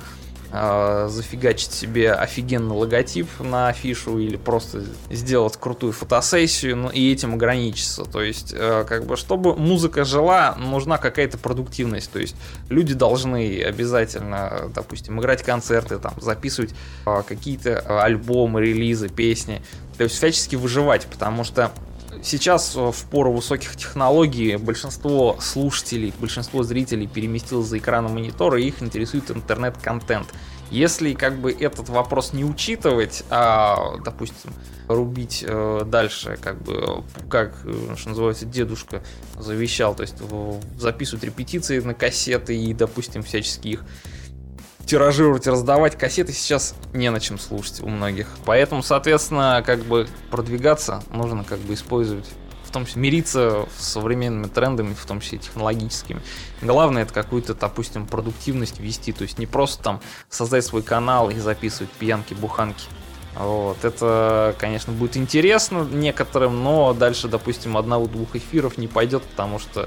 э, зафигачить себе офигенный логотип на афишу или просто сделать крутую фотосессию, ну, и этим ограничиться. То есть, э, как бы, чтобы музыка жила, нужна какая-то продуктивность. То есть, люди должны обязательно, допустим, играть концерты, там, записывать э, какие-то альбомы, релизы, песни. То есть всячески выживать, потому что сейчас в пору высоких технологий большинство слушателей, большинство зрителей переместилось за экраны монитора, и их интересует интернет-контент. Если как бы этот вопрос не учитывать, а, допустим, рубить э, дальше, как бы, как, что называется, дедушка завещал, то есть записывать репетиции на кассеты и, допустим, всячески их тиражировать, раздавать, кассеты сейчас не на чем слушать у многих. Поэтому, соответственно, как бы продвигаться нужно как бы использовать, в том числе мириться с современными трендами, в том числе технологическими. Главное — это какую-то, допустим, продуктивность вести, то есть не просто там создать свой канал и записывать пьянки, буханки. Вот. Это, конечно, будет интересно некоторым, но дальше, допустим, одного-двух эфиров не пойдет, потому что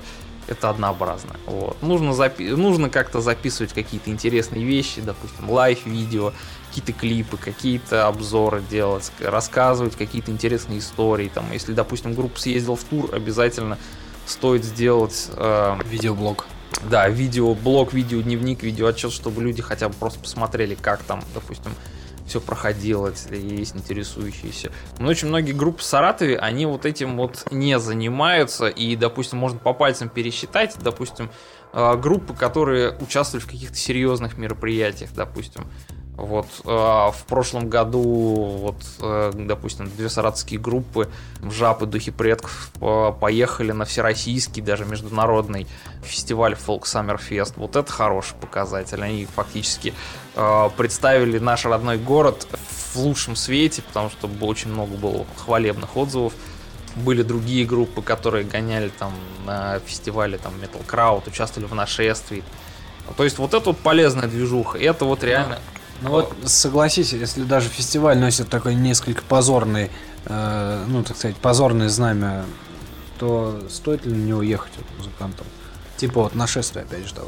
это однообразно. Вот. Нужно, запи- нужно как-то записывать какие-то интересные вещи, допустим, лайв-видео, какие-то клипы, какие-то обзоры делать, рассказывать какие-то интересные истории. Там, если, допустим, группа съездила в тур, обязательно стоит сделать... Э, видеоблог. Да, видеоблог, видеодневник, видеоотчет, чтобы люди хотя бы просто посмотрели, как там, допустим, все проходило, если есть интересующиеся. Но очень многие группы в Саратове, они вот этим вот не занимаются, и, допустим, можно по пальцам пересчитать, допустим, группы, которые участвовали в каких-то серьезных мероприятиях, допустим. Вот э, в прошлом году, вот, э, допустим, две саратовские группы «Жаб» и «Духи предков» э, поехали на всероссийский, даже международный фестиваль Folk Summer Fest. Вот это хороший показатель. Они фактически э, представили наш родной город в лучшем свете, потому что очень много было хвалебных отзывов. Были другие группы, которые гоняли там на фестивале там, Metal Crowd, участвовали в нашествии. То есть вот это вот полезная движуха. Это вот реально... Ну вот согласись, если даже фестиваль носит такой несколько позорный, э, ну так сказать, позорное знамя, то стоит ли на него ехать вот, музыкантам? Типа вот нашествие, опять же, того.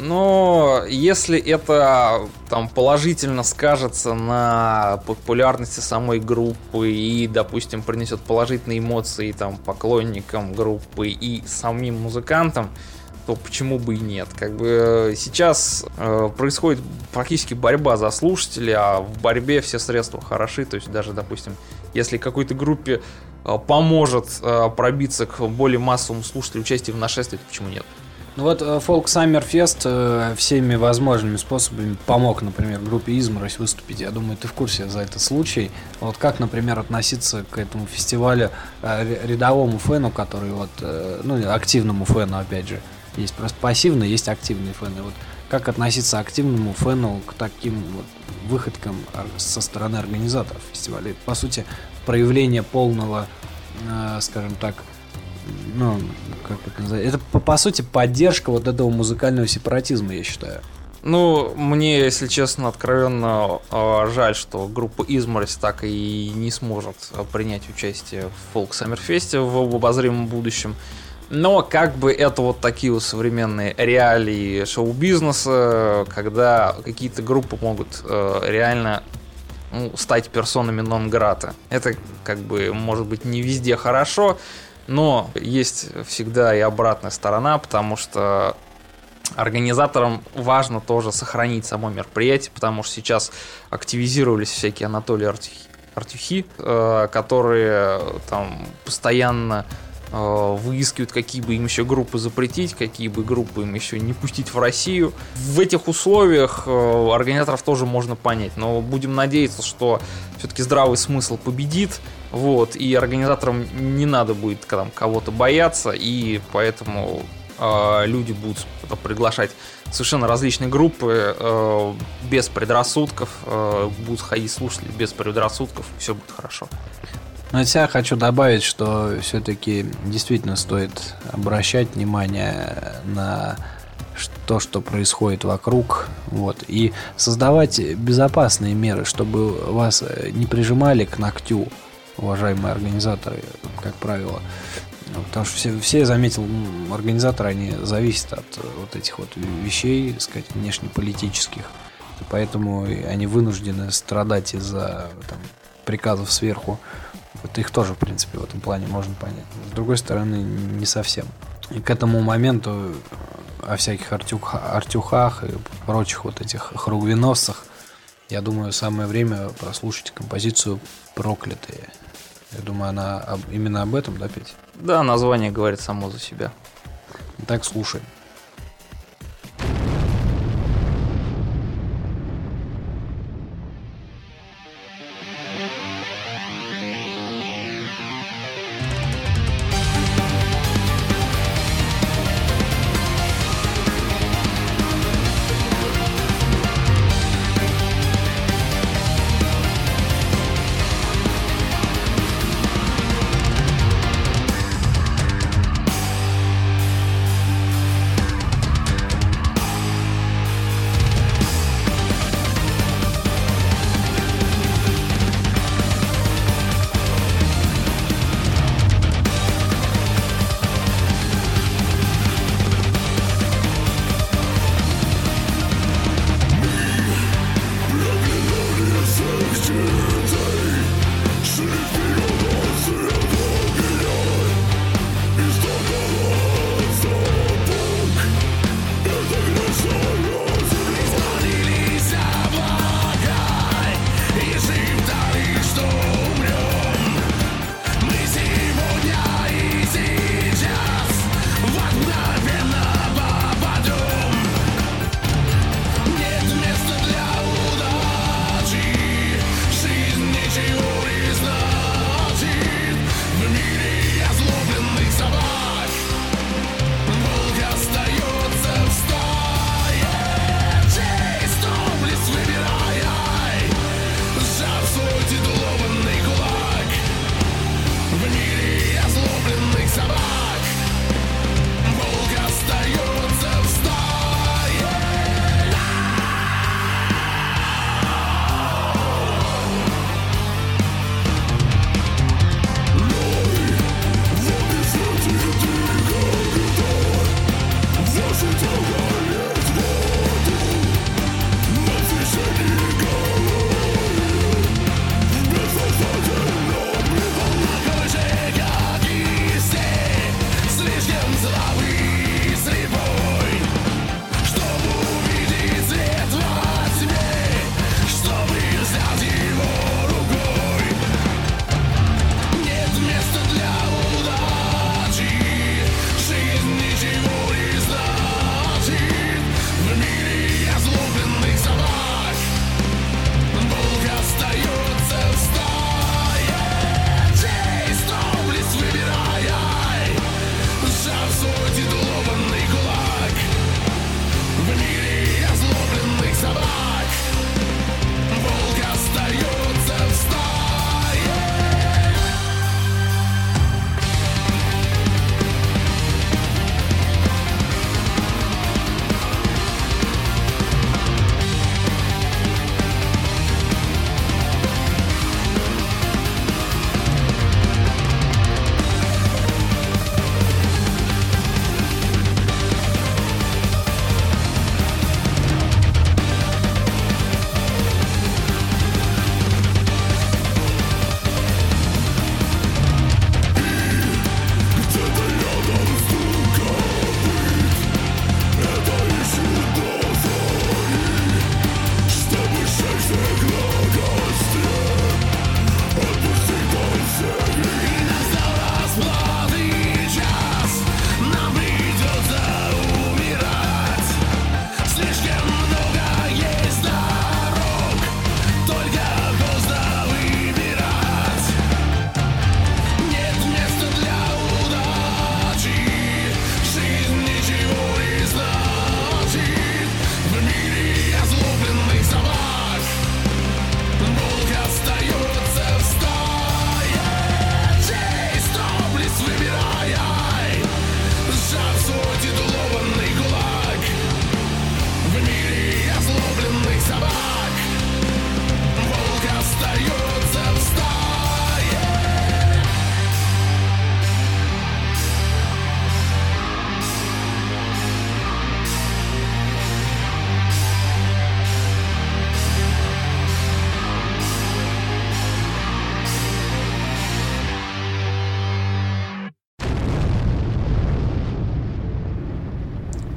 Но если это там положительно скажется на популярности самой группы и, допустим, принесет положительные эмоции там поклонникам группы и самим музыкантам, то почему бы и нет? Как бы сейчас э, происходит практически борьба за слушателей, а в борьбе все средства хороши. То есть даже, допустим, если какой-то группе э, поможет э, пробиться к более массовому слушателю участие в нашествии, то почему нет? Ну вот Folk Summer Fest э, всеми возможными способами помог, например, группе «Изморозь» выступить. Я думаю, ты в курсе за этот случай. Вот как, например, относиться к этому фестивалю э, рядовому фэну, который вот, э, ну, активному фэну, опять же. Есть просто пассивные, есть активные фэны. Вот как относиться активному фэну к таким вот выходкам со стороны организаторов фестиваля? Это, по сути, проявление полного, э, скажем так, ну, как это называется? Это, по, по сути, поддержка вот этого музыкального сепаратизма, я считаю. Ну, мне, если честно, откровенно э, жаль, что группа «Изморозь» так и не сможет принять участие в Folk Summer Fest в обозримом будущем. Но как бы это вот такие вот современные реалии шоу-бизнеса, когда какие-то группы могут э, реально ну, стать персонами нон-грата. Это как бы может быть не везде хорошо, но есть всегда и обратная сторона, потому что организаторам важно тоже сохранить само мероприятие, потому что сейчас активизировались всякие Анатолий Артюхи, Артюхи э, которые там постоянно выискивают, какие бы им еще группы запретить, какие бы группы им еще не пустить в Россию. В этих условиях организаторов тоже можно понять, но будем надеяться, что все-таки здравый смысл победит, вот, и организаторам не надо будет там кого-то бояться, и поэтому э, люди будут приглашать совершенно различные группы э, без предрассудков, э, будут ходить слушатели без предрассудков, все будет хорошо. Но от себя хочу добавить, что все-таки действительно стоит обращать внимание на то, что происходит вокруг, вот, и создавать безопасные меры, чтобы вас не прижимали к ногтю, уважаемые организаторы, как правило. Потому что все, все, я заметил, организаторы, они зависят от вот этих вот вещей, так сказать, внешнеполитических. Поэтому они вынуждены страдать из-за там, приказов сверху. Вот их тоже, в принципе, в этом плане можно понять. С другой стороны, не совсем. И к этому моменту о всяких артюх, артюхах и прочих вот этих хругвиновцах, я думаю, самое время прослушать композицию «Проклятые». Я думаю, она об, именно об этом, да, Петя? Да, название говорит само за себя. Так, слушаем.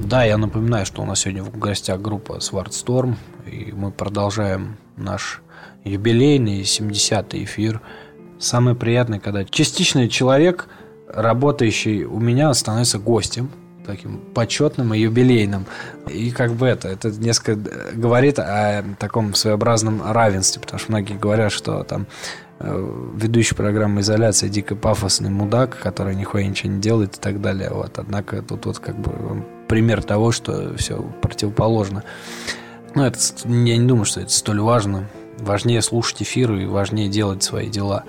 Да, я напоминаю, что у нас сегодня в гостях группа Swartstorm, и мы продолжаем наш юбилейный семидесятый эфир. Самое приятное, когда частичный человек, работающий у меня, становится гостем, таким почетным и юбилейным. И как бы это, это несколько говорит о таком своеобразном равенстве, потому что многие говорят, что там ведущий программы «Изоляция» дико пафосный мудак, который нихуя ничего не делает и так далее. Вот. Однако тут вот как бы пример того, что все противоположно. Но это, я не думаю, что это столь важно. Важнее слушать эфиры и важнее делать свои дела.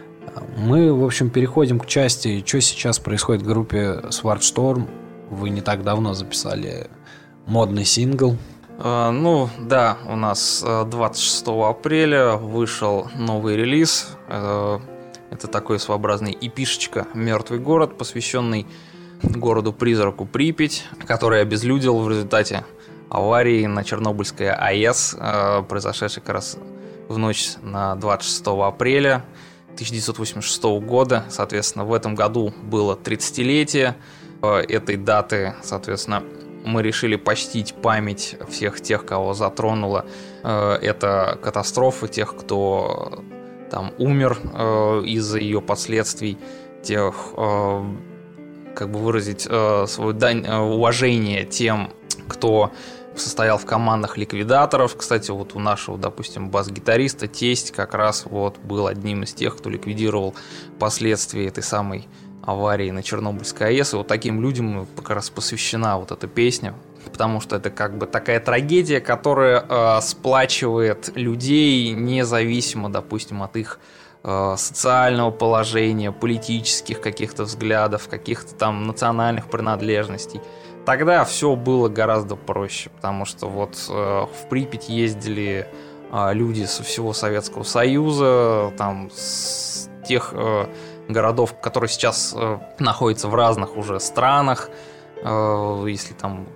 Мы, в общем, переходим к части, что сейчас происходит в группе Swartstorm. Вы не так давно записали модный сингл. Uh, ну, да, у нас двадцать шестого апреля вышел новый релиз. Uh, это такой своеобразный эпишечка «Мертвый город», посвященный городу-призраку Припять, который обезлюдил в результате аварии на Чернобыльской АЭС, uh, произошедшей как раз в ночь на двадцать шестого апреля тысяча девятьсот восемьдесят шестого года. Соответственно, в этом году было тридцатилетие uh, этой даты, соответственно, мы решили почтить память всех тех, кого затронула э, эта катастрофа, тех, кто там умер э, из-за ее последствий, тех, э, как бы выразить э, свою дань э, уважения тем, кто состоял в командах ликвидаторов. Кстати, вот у нашего, допустим, бас-гитариста тесть как раз вот был одним из тех, кто ликвидировал последствия этой самой аварии на Чернобыльской АЭС, и вот таким людям как раз посвящена вот эта песня, потому что это как бы такая трагедия, которая э, сплачивает людей независимо, допустим, от их э, социального положения, политических каких-то взглядов, каких-то там национальных принадлежностей. Тогда все было гораздо проще, потому что вот э, в Припять ездили э, люди со всего Советского Союза, там с тех э, городов, которые сейчас э, находятся в разных уже странах, э, если там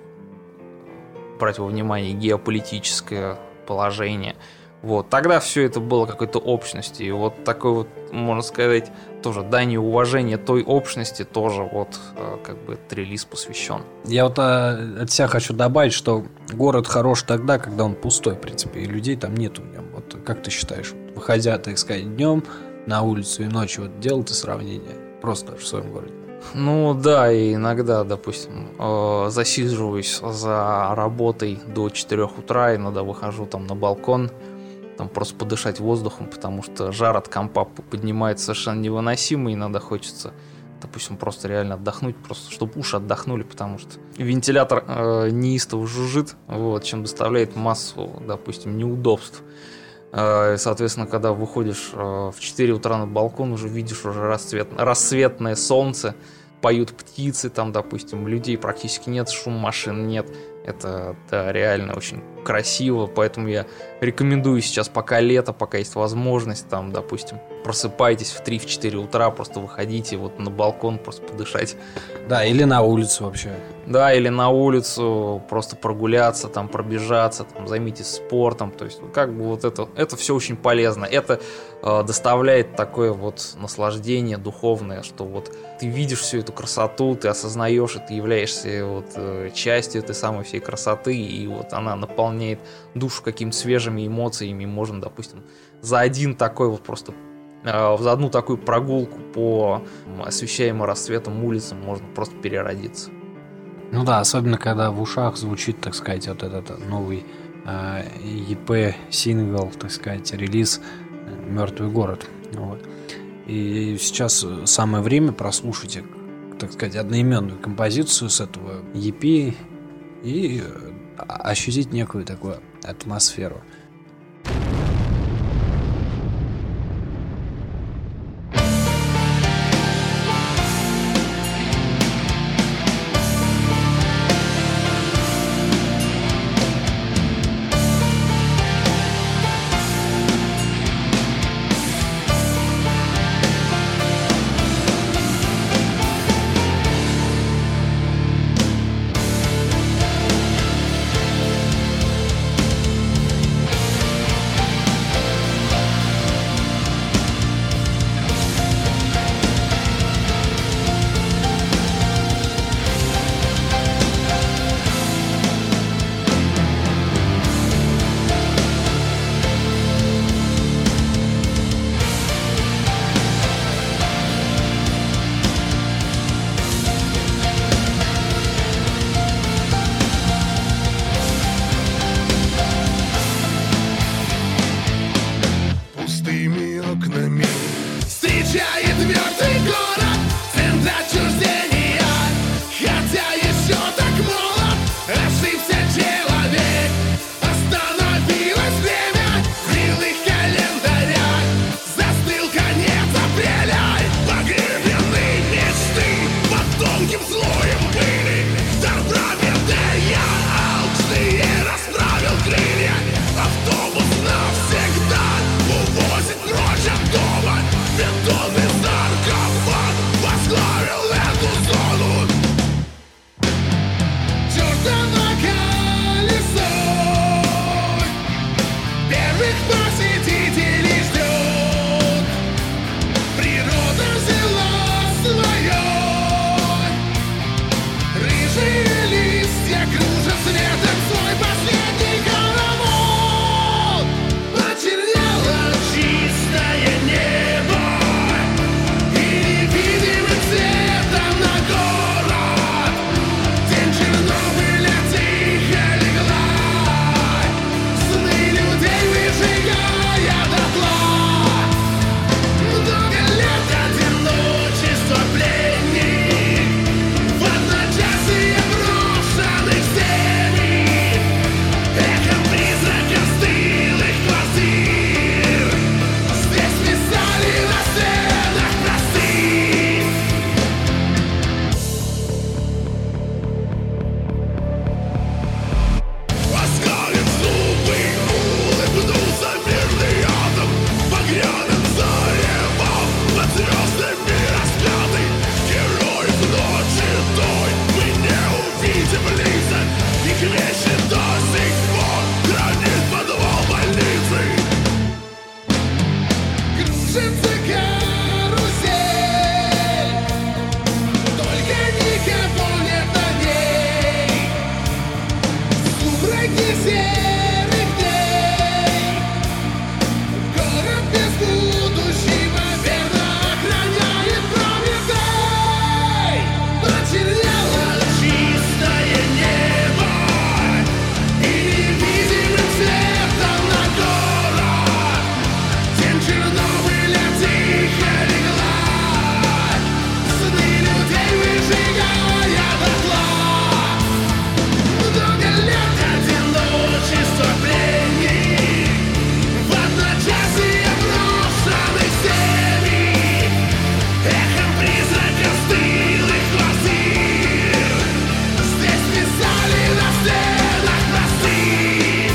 брать во внимание геополитическое положение. Вот. Тогда все это было какой-то общностью. И вот такой вот, можно сказать, тоже дань уважения той общности тоже вот э, как бы этот релиз посвящен. Я вот а, от себя хочу добавить, что город хорош тогда, когда он пустой, в принципе, и людей там нету в нем. Вот как ты считаешь, выходя, так сказать, днем на улицу и ночью, вот делал ты сравнение просто в своем городе? Ну да, и иногда, допустим, э, засиживаюсь за работой до четырёх утра, иногда выхожу там на балкон, там просто подышать воздухом, потому что жар от компа поднимается совершенно невыносимый, иногда хочется, допустим, просто реально отдохнуть, просто чтобы уши отдохнули, потому что вентилятор э, неистово жужжит, вот, чем доставляет массу, допустим, неудобств. Соответственно, когда выходишь в четыре утра на балкон, уже видишь уже рассвет, рассветное солнце, поют птицы, там, допустим, людей практически нет, шум машин нет. Это, да, реально очень красиво, поэтому я рекомендую сейчас, пока лето, пока есть возможность, там, допустим, просыпайтесь в три-четыре утра, просто выходите вот на балкон, просто подышать. Да, или на улицу вообще. Да, или на улицу, просто прогуляться, там, пробежаться, там, займитесь спортом, то есть, как бы вот это, это все очень полезно, это э, доставляет такое вот наслаждение духовное, что вот ты видишь всю эту красоту, ты осознаешь, и ты являешься вот э, частью этой самой всей красоты, и вот она наполняет душу какими-то свежими эмоциями, можно, допустим, за один такой вот просто э, за одну такую прогулку по освещаемым рассветом улицам можно просто переродиться. Ну да, особенно когда в ушах звучит, так сказать, вот этот новый э, и пи сингл, так сказать, релиз «Мертвый город». Вот. И сейчас самое время прослушать, так сказать, одноименную композицию с этого и пи и ощутить некую такую атмосферу. окнами. Встречает мертвый город, центр отчуждения. Хотя еще так молод, ошибся человек. Остановилось время в белых календарях. Застыл конец апреля, погребены мечты под тонким слоем пыли. Дар праведная, алчные расправил крылья. Автобус навсегда увозит прочь от дома. Бетонный саркофаг возглавил эту зону. Чёртово колесо первых посетителей ждет. Природа взяла свое. Рыжие листья кружат светом свой последний хоровод. Почернело чистое небо и невидимым светом на город. День Чернобыля тихо легла, сны людей выжигая дотла. Много лет одиночества пленник, в одночасье брошенных семей, эхом призрака стылых квартир. Здесь писали на стенах простых. Оскалив зубы, улыбнулся мирный атом. Багряным заревом над звездами распятый. Героев ночи той мы не увидим лица. Их вещи до сих пор хранит подвал больницы. Кружится карусель, только никого нет на ней. В сумраке серых дней город без будущего верно охраняет Прометей. Почернело чистое небо и невидимым светом на город. День Чернобыля тихо легла, сны людей выжигая дотла. Много лет одиночества пленник, в одночасье брошенных семей, эхом призрака стылых квартир. Здесь писали на стенах простых.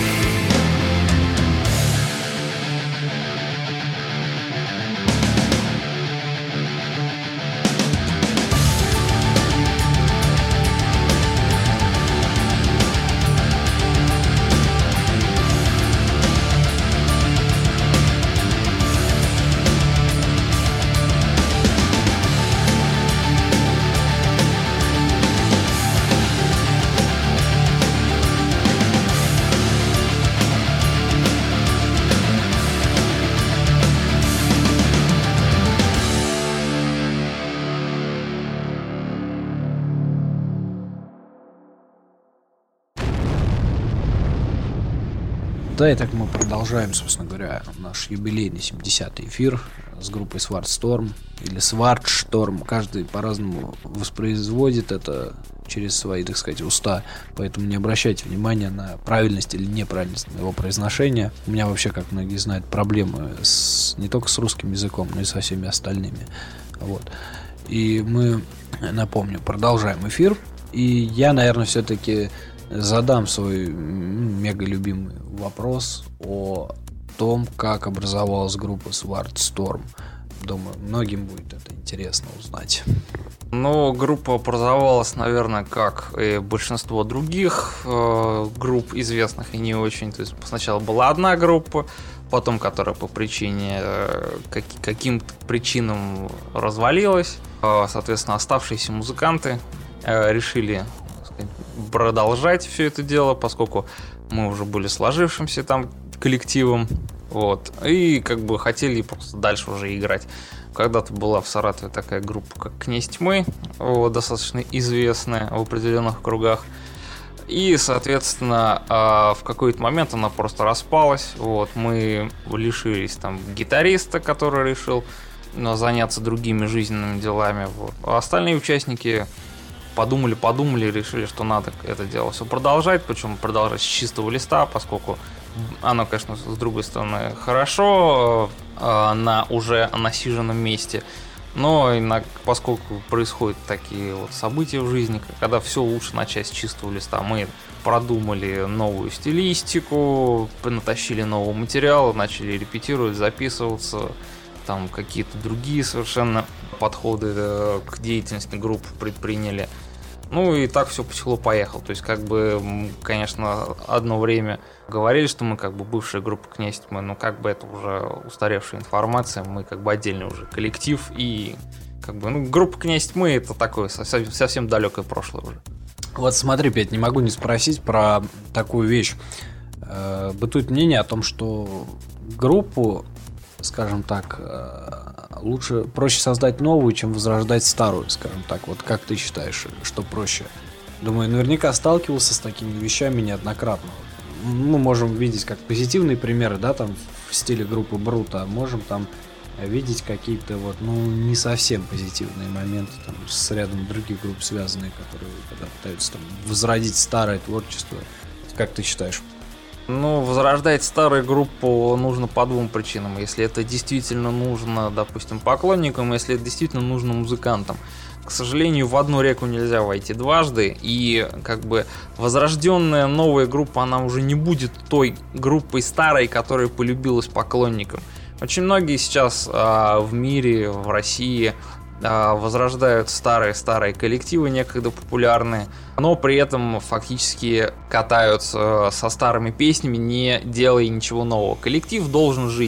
Да, и так мы продолжаем, собственно говоря, наш юбилейный семидесятый эфир с группой Свардсторм или Свардшторм. Каждый по-разному воспроизводит это через свои, так сказать, уста, поэтому не обращайте внимания на правильность или неправильность его произношения. У меня вообще, как многие знают, проблемы с, не только с русским языком, но и со всеми остальными. Вот. И мы, напомню, продолжаем эфир. И я, наверное, все-таки задам свой мега любимый вопрос о том, как образовалась группа Свардсторм. Думаю, многим будет это интересно узнать. Ну, группа образовалась, наверное, как и большинство других э, групп известных и не очень. То есть сначала была одна группа, потом, которая по причине э, как, каким-то причинам развалилась. Э, соответственно, оставшиеся музыканты э, решили, так сказать, продолжать все это дело, поскольку мы уже были сложившимся там коллективом. Вот. И как бы хотели просто дальше уже играть. Когда-то была в Саратове такая группа, как «Князь Тьмы», вот, достаточно известная в определенных кругах. И, соответственно, в какой-то момент она просто распалась. Вот, мы лишились там гитариста, который решил заняться другими жизненными делами. Вот. А остальные участники подумали-подумали и решили, что надо это дело все продолжать, причем продолжать с чистого листа, поскольку оно, конечно, с другой стороны хорошо на уже насиженном месте, но поскольку происходят такие вот события в жизни, когда все лучше начать с чистого листа, мы продумали новую стилистику, натащили нового материала, начали репетировать, записываться, там какие-то другие совершенно подходы к деятельности группы предприняли. Ну и так все потекло-поехало. То есть, как бы, конечно, одно время говорили, что мы как бы бывшая группа «Князь Тьмы», но как бы это уже устаревшая информация, мы как бы отдельный уже коллектив, и как бы, ну, группа «Князь Тьмы» это такое совсем, совсем далекое прошлое уже. Вот смотри, Петь, не могу не спросить про такую вещь. Бытует мнение о том, что группу, скажем так, лучше, проще создать новую, чем возрождать старую, скажем так. Вот как ты считаешь, что проще? Думаю, наверняка сталкивался с такими вещами неоднократно. Мы можем видеть как позитивные примеры, да, там в стиле группы Брута, а можем там видеть какие-то вот, ну, не совсем позитивные моменты там с рядом других групп связанные, которые когда пытаются там возродить старое творчество. Как ты считаешь? Ну, возрождать старую группу нужно по двум причинам. Если это действительно нужно, допустим, поклонникам, если это действительно нужно музыкантам. К сожалению, в одну реку нельзя войти дважды, и как бы возрожденная новая группа, она уже не будет той группой старой, которая полюбилась поклонникам. Очень многие сейчас а, в мире, в России а, возрождают старые-старые коллективы, некогда популярные, но при этом фактически катаются со старыми песнями, не делая ничего нового. Коллектив должен жить.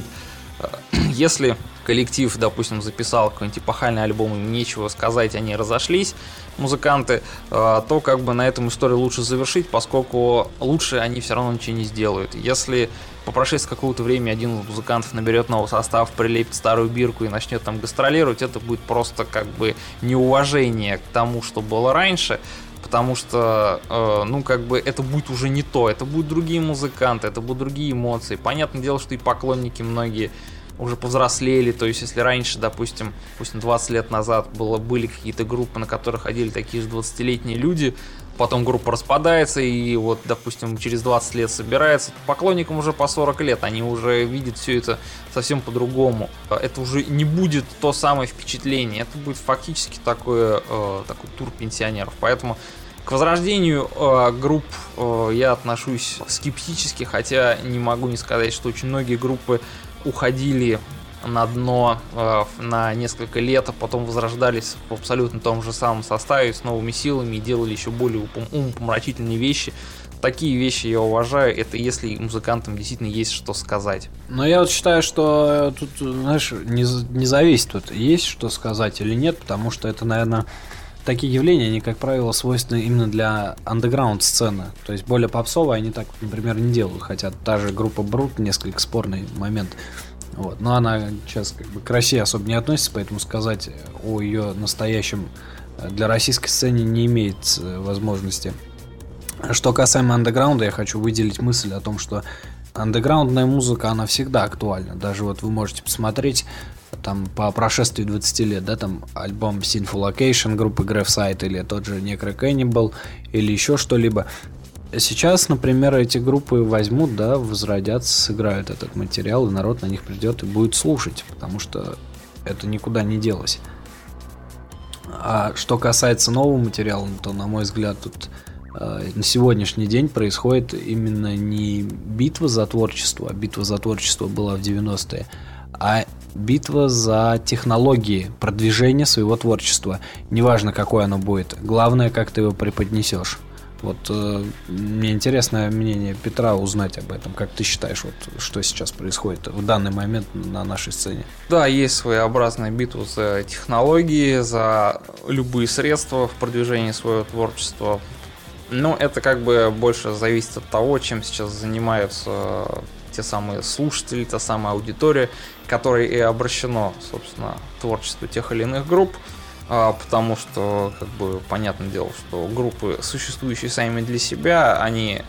Если коллектив, допустим, записал какой-нибудь эпохальный альбом, им нечего сказать, они разошлись, музыканты, то как бы на этом историю лучше завершить, поскольку лучше они все равно ничего не сделают. Если по прошествии какого-то времени один из музыкантов наберет новый состав, прилепит старую бирку и начнет там гастролировать, это будет просто как бы неуважение к тому, что было раньше, потому что, э, ну, как бы это будет уже не то, это будут другие музыканты, это будут другие эмоции. Понятное дело, что и поклонники многие уже повзрослели, то есть если раньше, допустим, допустим двадцать лет назад было, были какие-то группы, на которых ходили такие же двадцатилетние люди, потом группа распадается и вот, допустим, через двадцать лет собирается, поклонникам уже по сорок лет, они уже видят все это совсем по-другому. Это уже не будет то самое впечатление, это будет фактически такое, э, такой тур пенсионеров, поэтому к возрождению э, групп э, я отношусь скептически, хотя не могу не сказать, что очень многие группы уходили на дно э, на несколько лет, а потом возрождались в абсолютно том же самом составе с новыми силами и делали еще более упом- умопомрачительные вещи. Такие вещи я уважаю, это если музыкантам действительно есть что сказать. Но я вот считаю, что тут, знаешь, не, не зависит, тут есть что сказать или нет, потому что это, наверное, такие явления, они, как правило, свойственны именно для андеграунд-сцены. То есть более попсовые они так, например, не делают. Хотя та же группа Брут, несколько спорный момент. Вот. Но она сейчас как бы к России особо не относится, поэтому сказать о ее настоящем для российской сцены не имеет возможности. Что касаемо андеграунда, я хочу выделить мысль о том, что андеграундная музыка, она всегда актуальна. Даже вот вы можете посмотреть там по прошествии двадцати лет, да, там альбом Sinful Location группы Gravesite или тот же Necro Cannibal или еще что-либо. Сейчас, например, эти группы возьмут, да, возродят, сыграют этот материал, и народ на них придет и будет слушать, потому что это никуда не делось. А что касается нового материала, то, на мой взгляд, тут э, на сегодняшний день происходит именно не битва за творчество, а битва за творчество была в девяностые, а битва за технологии продвижения своего творчества. Неважно, какое оно будет, главное, как ты его преподнесешь. Вот э, мне интересно мнение Петра узнать об этом. Как ты считаешь, вот, что сейчас происходит в данный момент на нашей сцене? Да, есть своеобразная битва за технологии, за любые средства в продвижении своего творчества. Но это как бы больше зависит от того, чем сейчас занимаются те самые слушатели, та самая аудитория, которой и обращено, собственно, творчество тех или иных групп. а, потому что, как бы, понятное дело, что группы, существующие сами для себя, они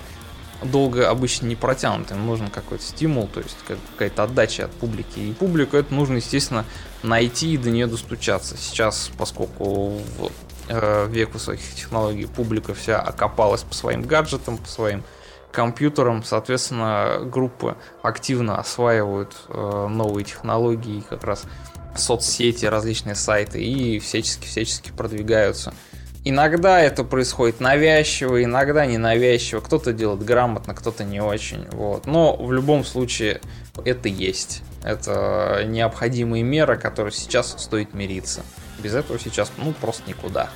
долго обычно не протянут, им нужен какой-то стимул, то есть какая-то отдача от публики. И публику это нужно, естественно, найти и до нее достучаться. Сейчас, поскольку в э, век высоких технологий публика вся окопалась по своим гаджетам, по своим компьютерам, соответственно, группы активно осваивают э, новые технологии, как раз соцсети, различные сайты и всячески-всячески продвигаются. Иногда это происходит навязчиво, иногда ненавязчиво. Кто-то делает грамотно, кто-то не очень. Вот. Но в любом случае это есть. Это необходимые меры, которые сейчас стоит мириться. Без этого сейчас ну просто никуда.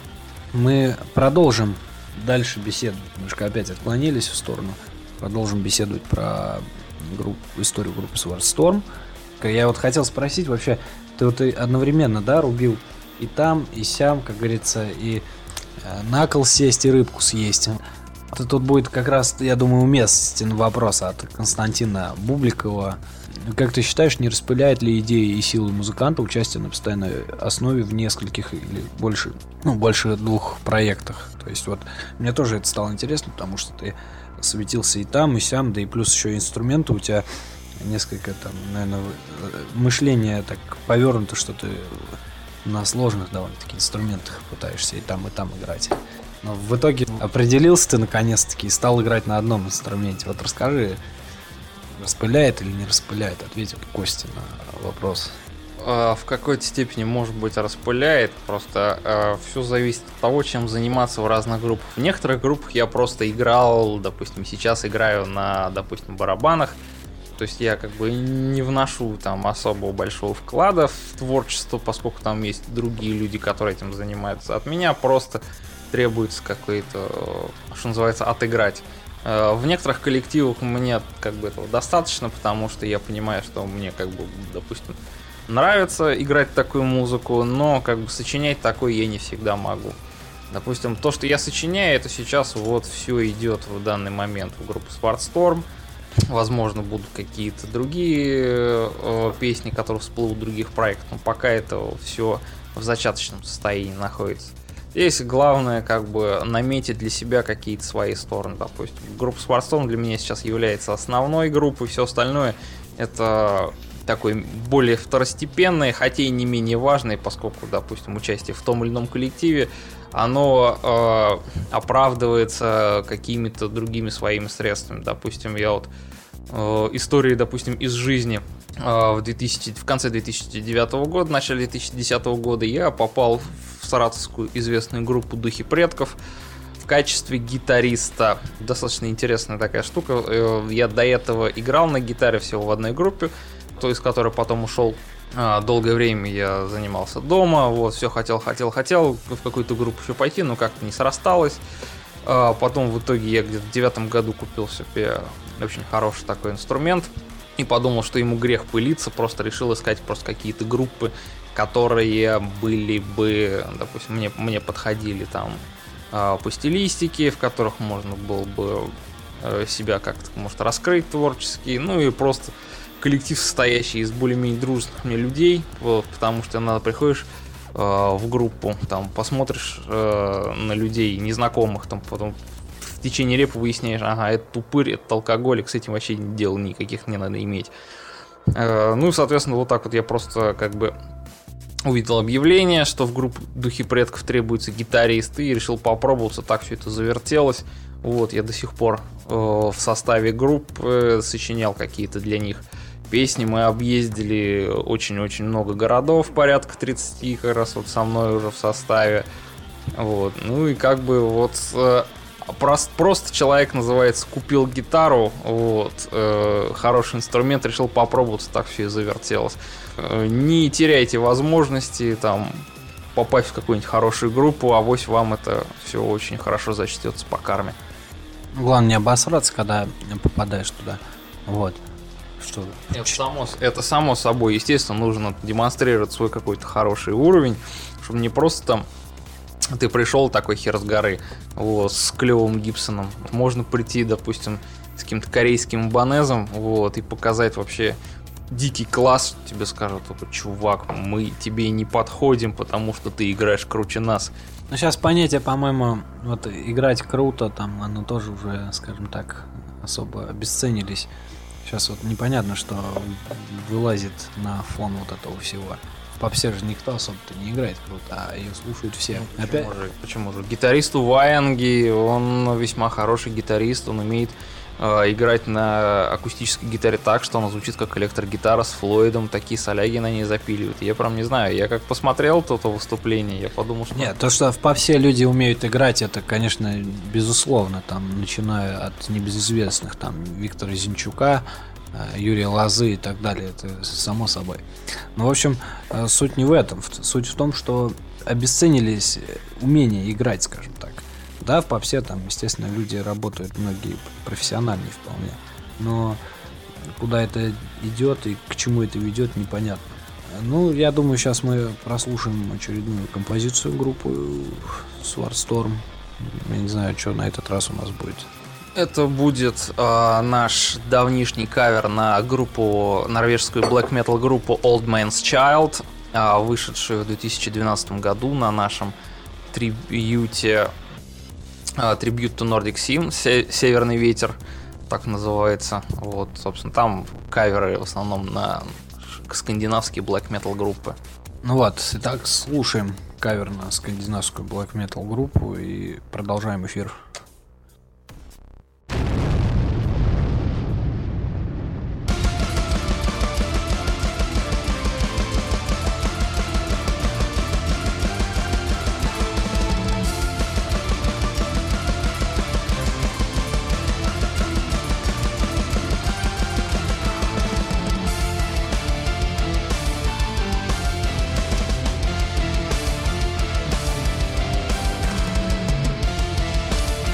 Мы продолжим дальше беседовать. Немножко опять отклонились в сторону. Продолжим беседовать про группу, историю группы Swartstorm. Я вот хотел спросить вообще, ты вот одновременно, да, рубил и там, и сям, как говорится, и на кол сесть и рыбку съесть. Тут будет как раз, я думаю, уместен вопрос от Константина Бубликова. Как ты считаешь, не распыляет ли идеи и силы музыканта участие на постоянной основе в нескольких или больше, ну, больше двух проектах? То есть вот мне тоже это стало интересно, потому что ты светился и там, и сям, да и плюс еще инструменты у тебя несколько там, наверное, мышление так повернуто, что ты на сложных довольно-таки инструментах пытаешься и там, и там играть. Но в итоге определился ты наконец-таки и стал играть на одном инструменте. Вот расскажи, распыляет или не распыляет? Ответил Костя на вопрос. В какой-то степени, может быть, распыляет. Просто э, все зависит от того, чем заниматься в разных группах. В некоторых группах я просто играл, допустим, сейчас играю на, допустим, барабанах. То есть я как бы не вношу там особо большого вклада в творчество, поскольку там есть другие люди, которые этим занимаются. От меня просто требуется какой-то, что называется, отыграть. В некоторых коллективах мне как бы этого достаточно, потому что я понимаю, что мне как бы, допустим, нравится играть такую музыку, но как бы сочинять такое я не всегда могу. Допустим, то, что я сочиняю, это сейчас вот все идет в данный момент в группу Swartstorm. Возможно, будут какие-то другие э, песни, которые всплывут в других проектах, но пока это все в зачаточном состоянии находится. Здесь главное как бы наметить для себя какие-то свои стороны. Допустим, группа Swartstorm для меня сейчас является основной группой, все остальное это такой более второстепенное, хотя и не менее важное, поскольку, допустим, участие в том или ином коллективе, оно э, оправдывается какими-то другими своими средствами. Допустим, я вот э, истории, допустим, из жизни э, в, две тысячи, в конце две тысячи девятого года, в начале две тысячи десятого года я попал в саратовскую известную группу «Духи предков» в качестве гитариста. Достаточно интересная такая штука. Э, я до этого играл на гитаре всего в одной группе, то из которой потом ушел. Долгое время я занимался дома, вот, все хотел, хотел, хотел в какую-то группу еще пойти, но как-то не срасталось. Потом в итоге я где-то в девятом году купил себе очень хороший такой инструмент и подумал, что ему грех пылиться, просто решил искать просто какие-то группы, которые были бы, допустим, мне, мне подходили там по стилистике, в которых можно было бы себя как-то, может, раскрыть творчески, ну и просто коллектив, состоящий из более-менее дружных мне людей, вот, потому что иногда приходишь э, в группу, там, посмотришь э, на людей незнакомых, там, потом в течение репа выясняешь, ага, это тупырь, это алкоголик, с этим вообще дел никаких не надо иметь. Э, ну, соответственно, вот так вот я просто, как бы, увидел объявление, что в группу «Духи предков» требуется гитарист, и решил попробоваться, так все это завертелось. Вот, я до сих пор э, в составе группы сочинял какие-то для них песни. Мы объездили очень-очень много городов, порядка тридцать, как раз вот со мной уже в составе. Вот. Ну и как бы вот э, прост, просто человек, называется, купил гитару, вот, э, хороший инструмент, решил попробоваться, так все и завертелось. Э, не теряйте возможности там попасть в какую-нибудь хорошую группу, авось вам это все очень хорошо зачтется по карме. Главное не обосраться, когда попадаешь туда. Вот. Что? Это само, это само собой. Естественно, нужно демонстрировать свой какой-то хороший уровень, чтобы не просто там ты пришел такой хер с горы, вот, с клевым Гибсоном. Можно прийти, допустим, с каким-то корейским банезом, вот, и показать вообще дикий класс, тебе скажут, чувак, мы тебе не подходим, потому что ты играешь круче нас. Ну, сейчас понятие, по-моему, вот играть круто, там, оно тоже уже, скажем так, особо обесценились. Сейчас вот непонятно, что вылазит на фон вот этого всего. В попсе же никто особо-то не играет круто, а ее слушают все. Ну, Опять? почему, же, почему же? Гитарист у Ваенги, он весьма хороший гитарист, он умеет э, играть на акустической гитаре так, что она звучит как электрогитара с Флойдом, такие соляги на ней запиливают. Я прям не знаю, я как посмотрел то выступление, я подумал, что... Нет, то, что в попсе люди умеют играть, это, конечно, безусловно, там, начиная от небезызвестных, там, Виктора Зинчука, Юрия Лозы и так далее, это само собой. Ну, в общем, суть не в этом. Суть в том, что обесценились умения играть, скажем так. Да, в попсе там, естественно, люди работают, многие профессиональные вполне. Но куда это идет и к чему это ведет, непонятно. Ну, я думаю, сейчас мы прослушаем очередную композицию группы Swardstorm. Я не знаю, что на этот раз у нас будет. Это будет э, наш давнишний кавер на группу, норвежскую black metal группу Old Man's Child, э, вышедшую в две тысячи двенадцатом году на нашем трибьюте, э, Tribute to Nordic Sin, Северный ветер, так называется. Вот, собственно, там каверы в основном на скандинавские black metal группы. Ну вот, итак, слушаем кавер на скандинавскую black metal группу и продолжаем эфир. Thank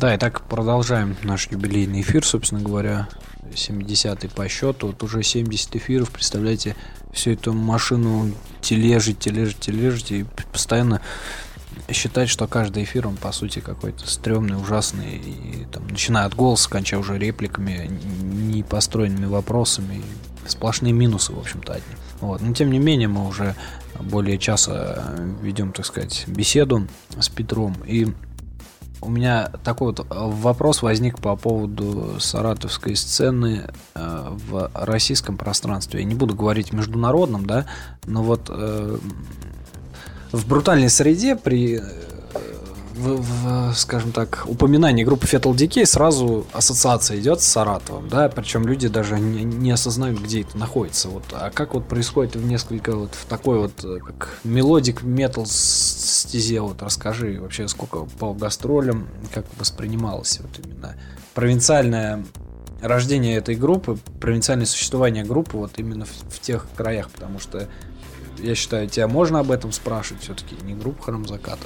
Да, и так продолжаем наш юбилейный эфир, собственно говоря, семидесятый по счету. Вот уже семьдесят эфиров, представляете, всю эту машину тележить, тележить, тележить и постоянно считать, что каждый эфир, он по сути какой-то стрёмный, ужасный, и, там, начиная от голоса, кончая уже репликами, непостроенными вопросами, сплошные минусы, в общем-то, одни. Вот. Но тем не менее мы уже более часа ведем, так сказать, беседу с Петром, и у меня такой вот вопрос возник по поводу саратовской сцены э, в российском пространстве. Я не буду говорить международном, да, но вот э, в брутальной среде при, э, в, в, скажем так, упоминании группы Fatal Decay сразу ассоциация идет с Саратовом, да, причем люди даже не, не осознают, где это находится. Вот. А как вот происходит в несколько вот в такой вот как мелодик метал стезе, вот расскажи вообще, сколько по гастролям, как воспринималось вот именно провинциальное рождение этой группы, провинциальное существование группы вот именно в, в тех краях, потому что я считаю, тебя можно об этом спрашивать, все-таки не группа Храм Заката.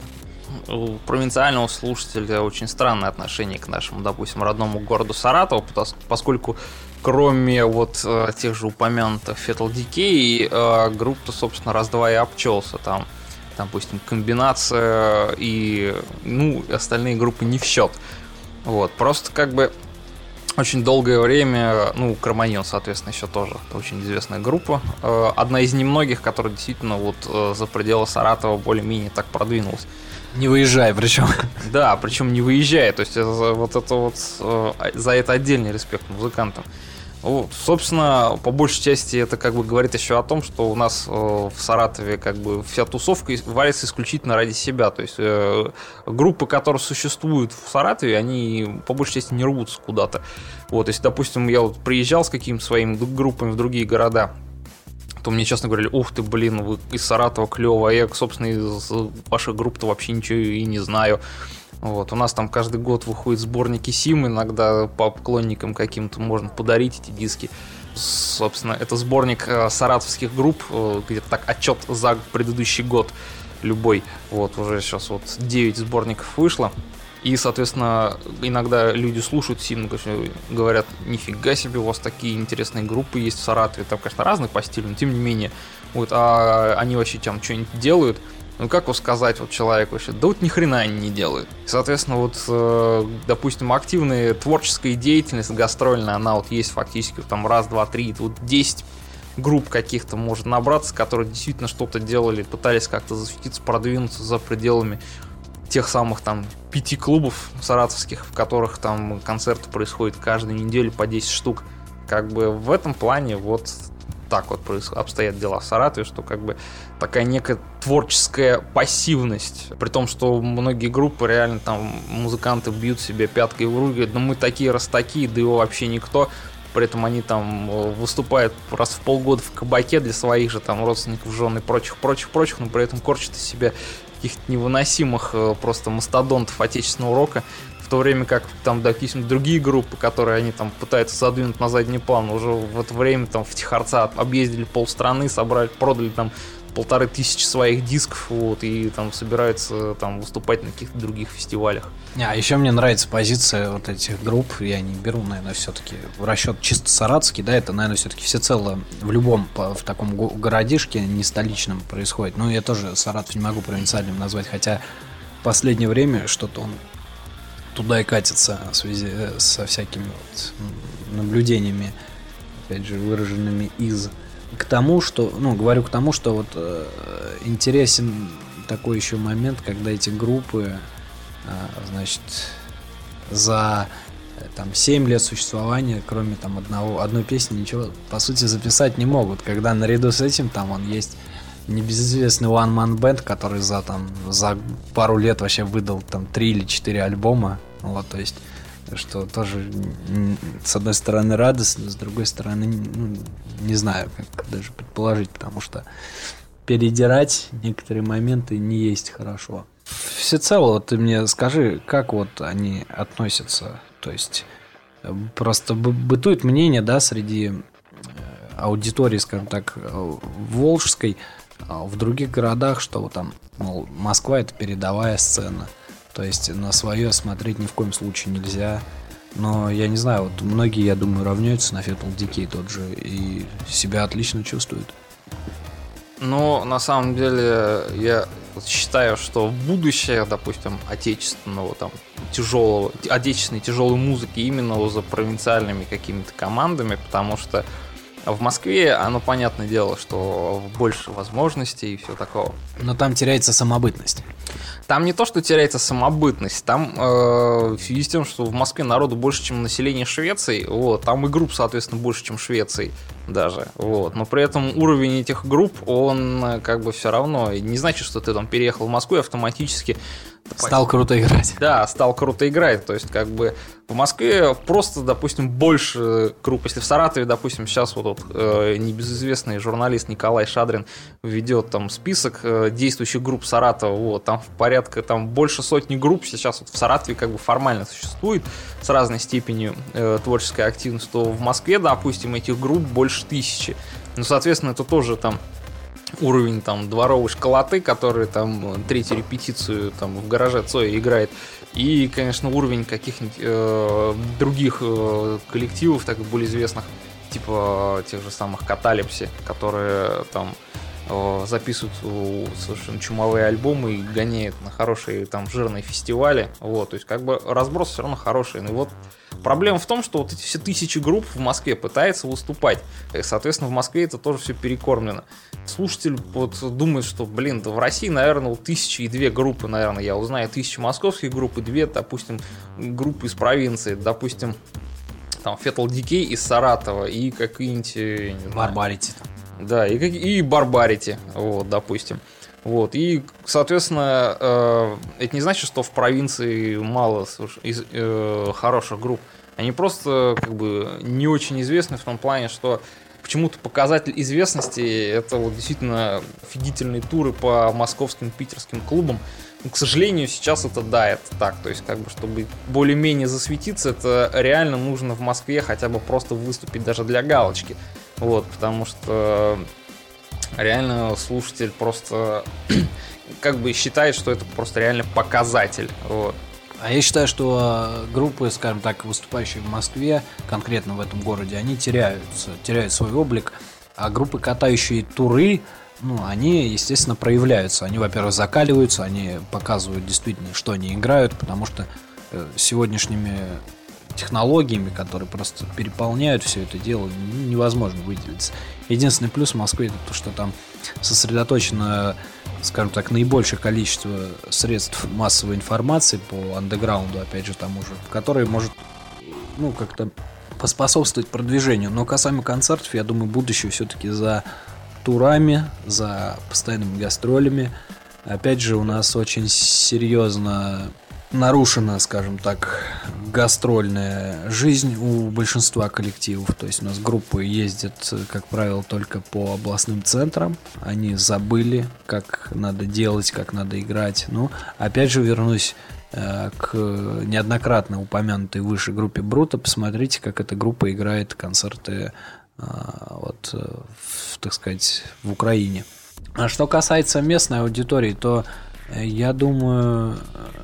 У провинциального слушателя очень странное отношение к нашему, допустим, родному городу Саратову, поскольку кроме вот э, тех же упомянутых Fatal Decay, э, группа, собственно, раз-два и обчелся. Там, допустим, комбинация и, ну, остальные группы не в счет. Вот, просто как бы очень долгое время, ну, Кроманьон, соответственно, еще тоже очень известная группа. Э, одна из немногих, которая действительно вот э, за пределы Саратова более-менее так продвинулась. Не выезжай, причем. Да, причем не выезжая. То есть это, вот это вот э, за это отдельный респект музыкантам. Вот, собственно, по большей части это как бы говорит еще о том, что у нас э, в Саратове как бы вся тусовка варится исключительно ради себя. То есть э, группы, которые существуют в Саратове, они по большей части не рвутся куда-то. Вот, если, допустим, я вот приезжал с какими-то своими группами в другие города, то мне честно говорили: ух ты, блин, вы из Саратова клево, а я, собственно, из ваших групп-то вообще ничего и не знаю. Вот. У нас там каждый год выходят сборники Сим, иногда по поклонникам каким-то можно подарить эти диски. Собственно, это сборник саратовских групп, где-то так отчет за предыдущий год любой. Вот, уже сейчас вот девять сборников вышло. И, соответственно, иногда люди слушают Сим, говорят: нифига себе, у вас такие интересные группы есть в Саратове. Там, конечно, разные по стилю, но тем не менее. Вот, а они вообще там что-нибудь делают. Ну, как вот сказать вот человеку вообще? Да вот ни хрена они не делают. Соответственно, вот, э, допустим, активная творческая деятельность гастрольная, она вот есть фактически там раз, два, три, вот десять групп каких-то может набраться, которые действительно что-то делали, пытались как-то засветиться, продвинуться за пределами тех самых там пяти клубов саратовских, в которых там концерты происходят каждую неделю по десять штук. Как бы в этом плане вот так вот обстоят дела в Саратове, что как бы такая некая творческая пассивность, при том, что многие группы реально там музыканты бьют себе пяткой в руки, говорят: ну мы такие раз такие, да его вообще никто. При этом они там выступают раз в полгода в кабаке для своих же там родственников, жен и прочих, прочих, прочих, но при этом корчат из себя каких-то невыносимых просто мастодонтов отечественного рока, в то время как там, допустим, другие группы, которые они там пытаются задвинуть на задний план, уже в это время там втихарца объездили полстраны, собрали, продали там полторы тысячи своих дисков, вот, и там собираются там выступать на каких-то других фестивалях. А еще мне нравится позиция вот этих групп. Я не беру, наверное, все-таки в расчет чисто саратовский, да, это, наверное, все-таки всецело в любом в таком городишке не столичном происходит. Ну, я тоже Саратов не могу провинциальным назвать, хотя в последнее время что-то он туда и катится в связи со всякими вот наблюдениями, опять же, выраженными из. К тому, что, ну, говорю к тому, что вот э, интересен такой еще момент, когда эти группы, э, значит, за э, там семь лет существования, кроме там одного, одной песни, ничего, по сути, записать не могут. Когда наряду с этим там он есть небезызвестный One Man Band, который за там за пару лет вообще выдал там три или четыре альбома. Вот, то есть, что тоже с одной стороны радостно, с другой стороны, ну, не знаю, как даже предположить, потому что передирать некоторые моменты не есть хорошо. Всецело, вот ты мне скажи, как вот они относятся, то есть просто бытует мнение, да, среди аудитории, скажем так, волжской, в других городах, что вот там, мол, Москва — это передовая сцена. То есть на свое смотреть ни в коем случае нельзя. Но я не знаю, вот многие, я думаю, равняются на Fatal Decay тот же и себя отлично чувствуют. Но на самом деле я считаю, что будущее, допустим, отечественного там тяжелого, отечественной тяжелой музыки именно за провинциальными какими-то командами, потому что в Москве, оно понятное дело, что больше возможностей и все такого. Но там теряется самобытность. Там не то, что теряется самобытность, там э, в связи с тем, что в Москве народу больше, чем население Швеции, вот, там и групп, соответственно, больше, чем в Швеции даже, вот, но при этом уровень этих групп, он как бы все равно, не значит, что ты там переехал в Москву и автоматически стал круто играть. Да, стал круто играть. То есть, как бы в Москве просто, допустим, больше групп. Если в Саратове, допустим, сейчас вот, вот э, небезызвестный журналист Николай Шадрин ведет там список э, действующих групп Саратова, вот, там в порядка там больше сотни групп сейчас вот в Саратове как бы формально существует с разной степенью э, творческой активности, то в Москве, допустим, этих групп больше тысячи. Ну, соответственно, это тоже там уровень там дворовой школоты, который там третью репетицию там в гараже Цоя играет, и, конечно, уровень каких-нибудь э, других э, коллективов, так более известных, типа тех же самых Каталипси, которые там э, записывают э, совершенно чумовые альбомы и гоняют на хорошие там жирные фестивали, вот, то есть как бы разброс все равно хороший, ну вот. Проблема в том, что вот эти все тысячи групп в Москве пытаются выступать. И, соответственно, в Москве это тоже все перекормлено. Слушатель вот думает, что, блин, да в России, наверное, вот тысячи и две группы, наверное, я узнаю тысячу московских групп и две, допустим, группы из провинции, допустим, там Fatal Decay из Саратова и какие-нибудь... Barbarity. Да, и, и Barbarity, вот, допустим. Вот, и, соответственно, э, это не значит, что в провинции мало из, э, хороших групп. Они просто как бы не очень известны в том плане, что почему-то показатель известности это вот действительно офигительные туры по московским, питерским клубам. Но, к сожалению, сейчас это да, это так. То есть, как бы, чтобы более-менее засветиться, это реально нужно в Москве хотя бы просто выступить даже для галочки. Вот, потому что реально слушатель просто как бы считает, что это просто реально показатель. Вот. А я считаю, что группы, скажем так, выступающие в Москве, конкретно в этом городе, они теряются, теряют свой облик. А группы, катающие туры, ну, они, естественно, проявляются. Они, во-первых, закаливаются, они показывают действительно, что они играют, потому что сегодняшними технологиями, которые просто переполняют все это дело, невозможно выделиться. Единственный плюс в Москве это то, что там сосредоточено, скажем так, наибольшее количество средств массовой информации по андеграунду, опять же, тому же, который может, ну, как-то поспособствовать продвижению. Но касаемо концертов, я думаю, будущее все-таки за турами, за постоянными гастролями. Опять же, у нас очень серьезно нарушена, скажем так, гастрольная жизнь у большинства коллективов. То есть у нас группы ездят, как правило, только по областным центрам. Они забыли, как надо делать, как надо играть. Ну, опять же, вернусь э, к неоднократно упомянутой выше группе Брута. Посмотрите, как эта группа играет концерты э, вот, в, так сказать, в Украине. А что касается местной аудитории, то я думаю,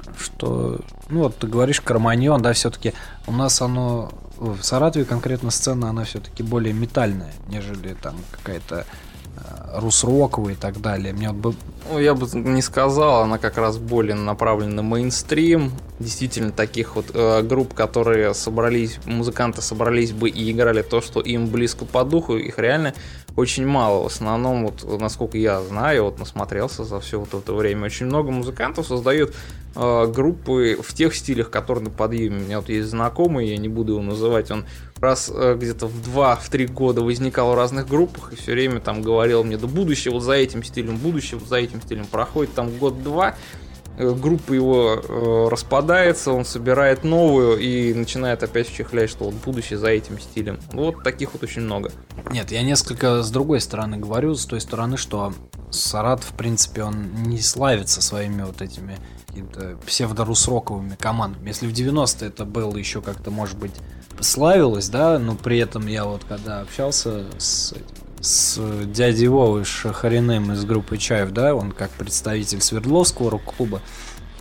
что, ну вот ты говоришь Кроманьон, да, все-таки у нас оно, в Саратове конкретно сцена, она все-таки более метальная, нежели там какая-то рус-роковая и так далее. Мне вот... Ну, я бы не сказал, она как раз более направлена на мейнстрим. Действительно, таких вот э, групп, которые собрались, музыканты собрались бы и играли то, что им близко по духу, их реально очень мало. В основном, вот, насколько я знаю, вот насмотрелся за все вот это время, очень много музыкантов создают э, группы в тех стилях, которые на подъеме. У меня вот есть знакомый, я не буду его называть, он раз э, где-то в два-три года возникал в разных группах и все время там говорил мне, да будущее вот за этим стилем, будущее вот за этим стилем. Проходит там год-два, э, группа его э, распадается, он собирает новую и начинает опять вчехлять, что вот будущее за этим стилем. Вот таких вот очень много. Нет, я несколько с другой стороны говорю, с той стороны, что Саратов, в принципе, он не славится своими вот этими какими-то псевдорусроковыми командами. Если в девяностые это было еще как-то, может быть, славилось, да, но при этом я вот когда общался с, с дядей Вовой Шахариным из группы Чаев, да, он как представитель Свердловского рок-клуба,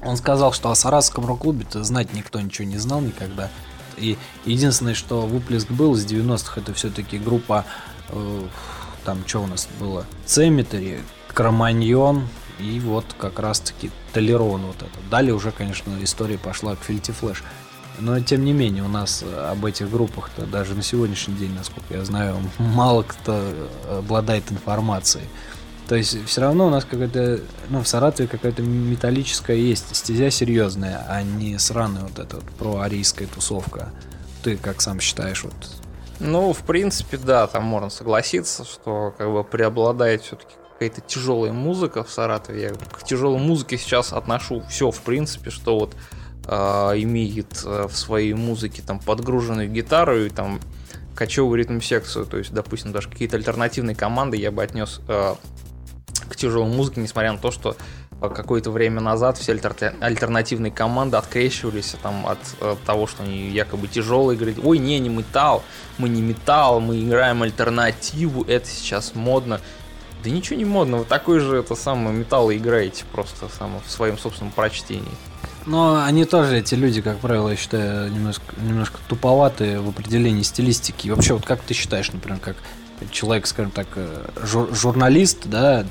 Он сказал, что о саратовском рок-клубе-то знать никто ничего не знал никогда. И единственное, что выплеск был с девяностых, это все-таки группа, э, там что у нас было, Cemetery, Кроманьон и вот как раз-таки Толерон вот это. Далее уже, конечно, история пошла к Filthy Flash. Но тем не менее у нас об этих группах-то даже на сегодняшний день, насколько я знаю, мало кто обладает информацией. То есть все равно у нас какая-то, ну, в Саратове какая-то металлическая есть стезя серьезная, а не сраная вот эта вот проарийская тусовка. Ты как сам считаешь? Вот? Ну, в принципе, да, там можно согласиться, что как бы преобладает все-таки какая-то тяжелая музыка в Саратове. Я к тяжелой музыке сейчас отношу все, в принципе, что вот э, имеет э, в своей музыке там подгруженную гитару и там кочевую ритм-секцию. То есть, допустим, даже какие-то альтернативные команды я бы отнес э, к тяжелой музыке, несмотря на то, что какое-то время назад все альтер- альтернативные команды открещивались там, от, от того, что они якобы тяжелые, говорят, ой, не, не металл, мы не металл, мы играем альтернативу, это сейчас модно. Да ничего не модно, вы такой же это самое металл играете просто сам, в своем собственном прочтении. Но они тоже, эти люди, как правило, я считаю, немножко, немножко туповатые в определении стилистики. И вообще, вот как ты считаешь, например, как человек, скажем так, жур- журналист, да,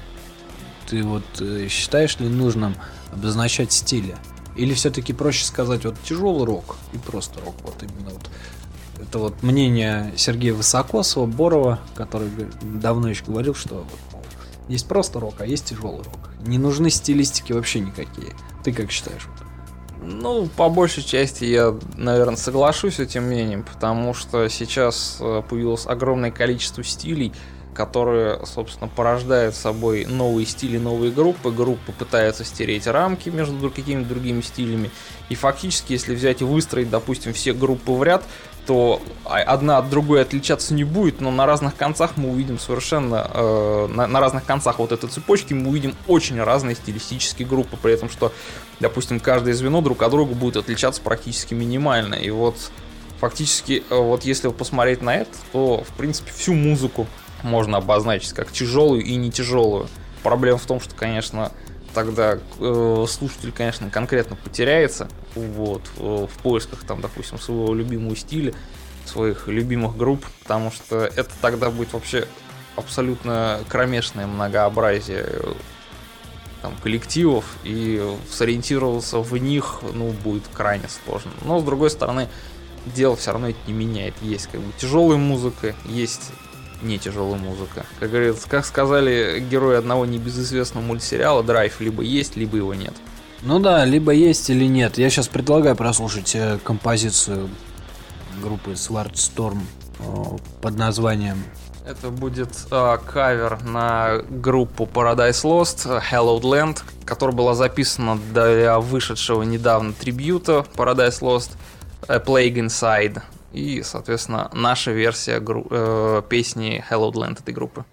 ты вот считаешь ли нужным обозначать стили? Или все-таки проще сказать вот тяжелый рок и просто рок? Вот именно вот. Это вот мнение Сергея Высокосова, Борова, который давно еще говорил, что вот, мол, есть просто рок, а есть тяжелый рок. Не нужны стилистики вообще никакие. Ты как считаешь? Ну, по большей части я, наверное, соглашусь с этим мнением, потому что сейчас появилось огромное количество стилей, которые, собственно, порождают собой новые стили, новые группы. Группы пытаются стереть рамки между какими-то другими стилями. И фактически, если взять и выстроить, допустим, все группы в ряд, то одна от другой отличаться не будет, но на разных концах мы увидим совершенно... Э, на, на разных концах вот этой цепочки мы увидим очень разные стилистические группы, при этом, что, допустим, каждое звено друг от друга будет отличаться практически минимально. И вот фактически, вот если посмотреть на это, то, в принципе, всю музыку можно обозначить как тяжелую и не тяжелую. Проблема в том, что, конечно, тогда э, слушатель, конечно, конкретно потеряется вот, э, в поисках, там, допустим, своего любимого стиля, своих любимых групп, потому что это тогда будет вообще абсолютно кромешное многообразие там, коллективов, и сориентироваться в них, ну, будет крайне сложно. Но, с другой стороны, дело все равно это не меняет. Есть как бы тяжелая музыка, есть не тяжелая музыка. Как говорится, как сказали герои одного небезызвестного мультсериала, драйв либо есть, либо его нет. Ну да, либо есть или нет. Я сейчас предлагаю прослушать э, композицию группы Sword Storm э, под названием... Это будет э, кавер на группу Paradise Lost, Hallowed Land, которая была записана для вышедшего недавно трибьюта Paradise Lost, A Plague Inside. И, соответственно, наша версия гру- э, песни Hallowed Land этой группы.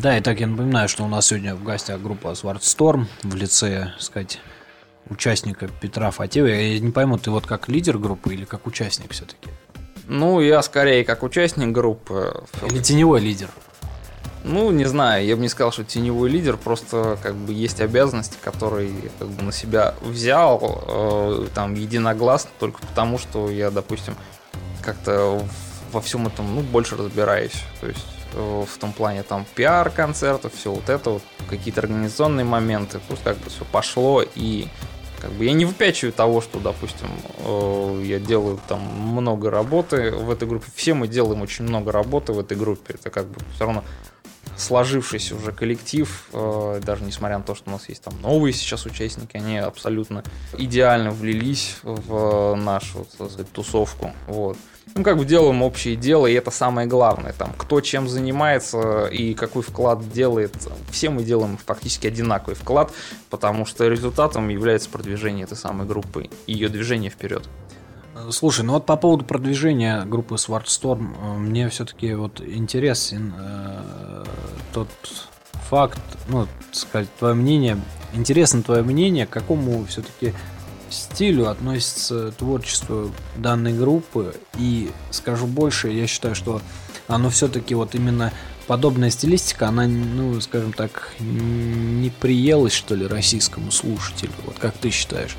Да, и так я напоминаю, что у нас сегодня в гостях группа Swartstorm в лице, так сказать, участника Петра Фатеева. Я не пойму, ты вот как лидер группы или как участник все-таки? Ну, я скорее как участник группы. Или теневой лидер? Ну, не знаю, я бы не сказал, что теневой лидер, просто как бы есть обязанности, которые я как бы на себя взял, э, там, единогласно, только потому, что я, допустим, как-то во всем этом, ну, больше разбираюсь. То есть э, в том плане, там, пиар-концертов, все вот это, вот, какие-то организационные моменты, пусть как бы все пошло, и как бы я не выпячиваю того, что, допустим, э, я делаю там много работы в этой группе, все мы делаем очень много работы в этой группе, это как бы все равно сложившийся уже коллектив, э, даже несмотря на то, что у нас есть там новые сейчас участники, они абсолютно идеально влились в нашу, так сказать, тусовку. Вот. Ну, как бы делаем общее дело, и это самое главное. Там, кто чем занимается и какой вклад делает, все мы делаем фактически одинаковый вклад, потому что результатом является продвижение этой самой группы и ее движение вперед. Слушай, ну вот по поводу продвижения группы Swartstorm, мне все-таки вот интересен э, тот факт, ну, сказать, твое мнение, интересно твое мнение, к какому все-таки стилю относится творчество данной группы, и скажу больше, я считаю, что оно все-таки вот именно подобная стилистика, она, ну, скажем так, не приелась, что ли, российскому слушателю, вот как ты считаешь?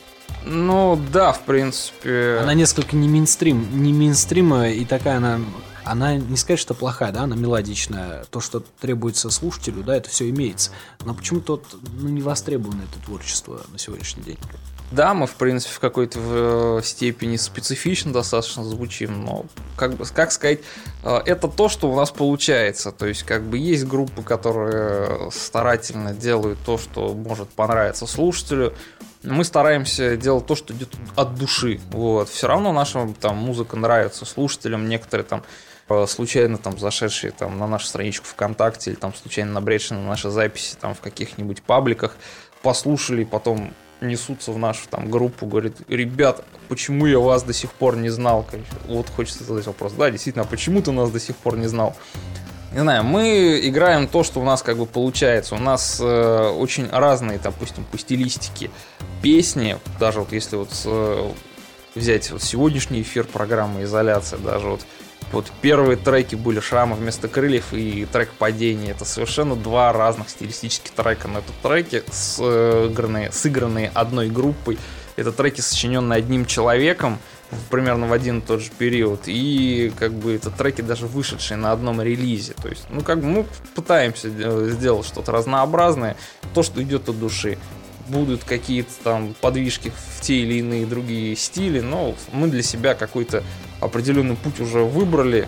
Ну да, в принципе. Она несколько не мейнстрим, не мейнстримовая, и такая она, она не сказать, что плохая, да, она мелодичная, то, что требуется слушателю, да, это все имеется. Но почему-то ну, не востребовано это творчество на сегодняшний день. Да, мы, в принципе, в какой-то степени специфично достаточно звучим, но, как бы, как сказать, это то, что у нас получается. То есть, как бы, есть группы, которые старательно делают то, что может понравиться слушателю. Мы стараемся делать то, что идет от души. Вот. Все равно наша там музыка нравится слушателям. Некоторые там случайно там зашедшие там на нашу страничку ВКонтакте или там случайно набредшие на наши записи там в каких-нибудь пабликах послушали и потом несутся в нашу там группу, говорят: ребят, почему я вас до сих пор не знал? Вот хочется задать вопрос. Да, действительно, а почему ты нас до сих пор не знал? Не знаю, мы играем то, что у нас как бы получается. У нас э, очень разные, допустим, по стилистике песни. Даже вот если вот э, взять вот сегодняшний эфир программы «Изоляция», даже вот, вот первые треки были «Шрамы вместо крыльев» и трек «Падение». Это совершенно два разных стилистических трека. Но это треки, сыгранные, сыгранные одной группой. Это треки, сочиненные одним человеком, примерно в один и тот же период, и как бы это треки даже вышедшие на одном релизе. То есть, ну как бы мы пытаемся сделать что-то разнообразное, то, что идет от души. Будут какие-то там подвижки в те или иные другие стили, но мы для себя какой-то определенный путь уже выбрали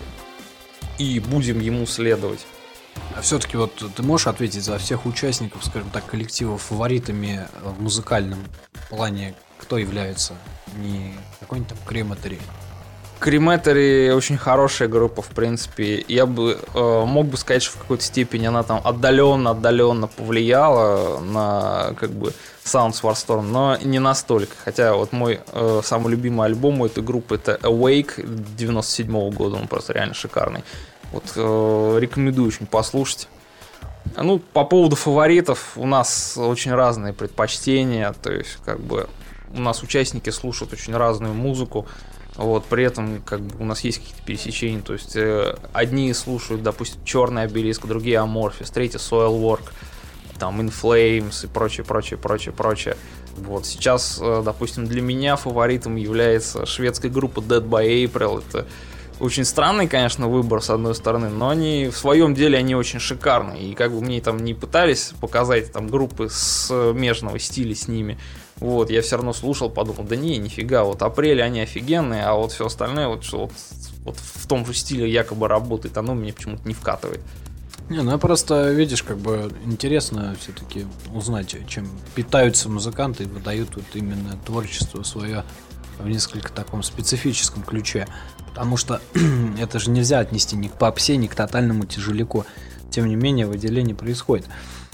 и будем ему следовать. А все-таки вот ты можешь ответить за всех участников, скажем так, коллектива фаворитами в музыкальном плане, кто является? Не какой-нибудь там Крематори? Крематори очень хорошая группа, в принципе. Я бы э, мог бы сказать, что в какой-то степени она там отдаленно-отдаленно повлияла на как бы саунд Swartstorm, но не настолько. Хотя вот мой э, самый любимый альбом у этой группы — это Awake девяносто седьмого года, он просто реально шикарный. Вот э, рекомендую очень послушать. Ну, по поводу фаворитов, у нас очень разные предпочтения, то есть как бы у нас участники слушают очень разную музыку. Вот, при этом как бы у нас есть какие-то пересечения, то есть э, одни слушают, допустим, Черный Обелиск, другие Amorphis, третьи Soilwork, там In Flames и прочее, прочее, прочее, прочее. Вот, сейчас, э, допустим, для меня фаворитом является шведская группа Dead by April. Это очень странный, конечно, выбор, с одной стороны, но они в своем деле они очень шикарные. И как бы мне там не пытались показать там группы смежного стиля с ними, вот, я все равно слушал, подумал, да не, нифига, вот Апрель, они офигенные, а вот все остальное, вот, что вот, вот в том же стиле якобы работает, оно мне почему-то не вкатывает. Не, ну я просто, видишь, как бы интересно все-таки узнать, чем питаются музыканты и выдают вот именно творчество свое в несколько таком специфическом ключе. Потому что это же нельзя отнести ни к попсе, ни к тотальному тяжеляку. Тем не менее, выделение происходит.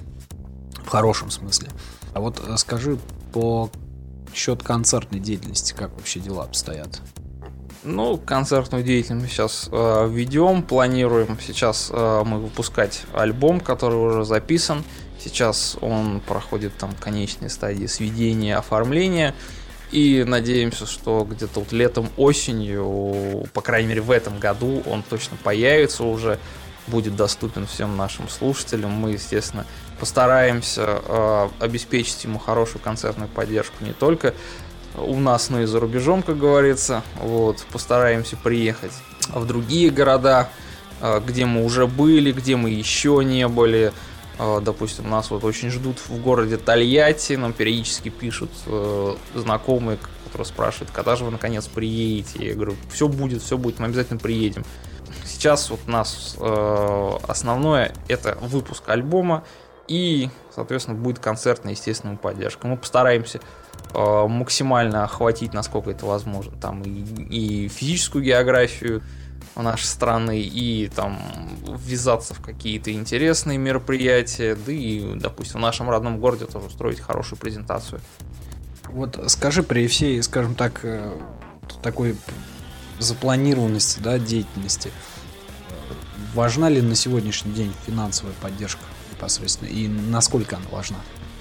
В хорошем смысле. А вот скажи, по счет концертной деятельности, как вообще дела обстоят? Ну, концертную деятельность мы сейчас э, ведем, планируем сейчас э, мы выпускать альбом, который уже записан. Сейчас он проходит там конечные стадии сведения, оформления. И надеемся, что где-то вот летом, осенью, по крайней мере в этом году, он точно появится уже, будет доступен всем нашим слушателям. Мы, естественно, постараемся э, обеспечить ему хорошую концертную поддержку не только у нас, но и за рубежом, как говорится. Вот, постараемся приехать в другие города, э, где мы уже были, где мы еще не были. Э, допустим, нас вот очень ждут в городе Тольятти, нам периодически пишут э, знакомые, которые спрашивают, когда же вы наконец приедете. Я говорю, все будет, все будет, мы обязательно приедем. Сейчас вот у нас э, основное это выпуск альбома и, соответственно, будет концертная, естественно, поддержка. Мы постараемся э, максимально охватить, насколько это возможно, там и, и физическую географию нашей страны, и там ввязаться в какие-то интересные мероприятия, да и, допустим, в нашем родном городе тоже устроить хорошую презентацию. Вот скажи, при всей, скажем так, такой запланированности, да, деятельности, важна ли на сегодняшний день финансовая поддержка непосредственно, и насколько она важна?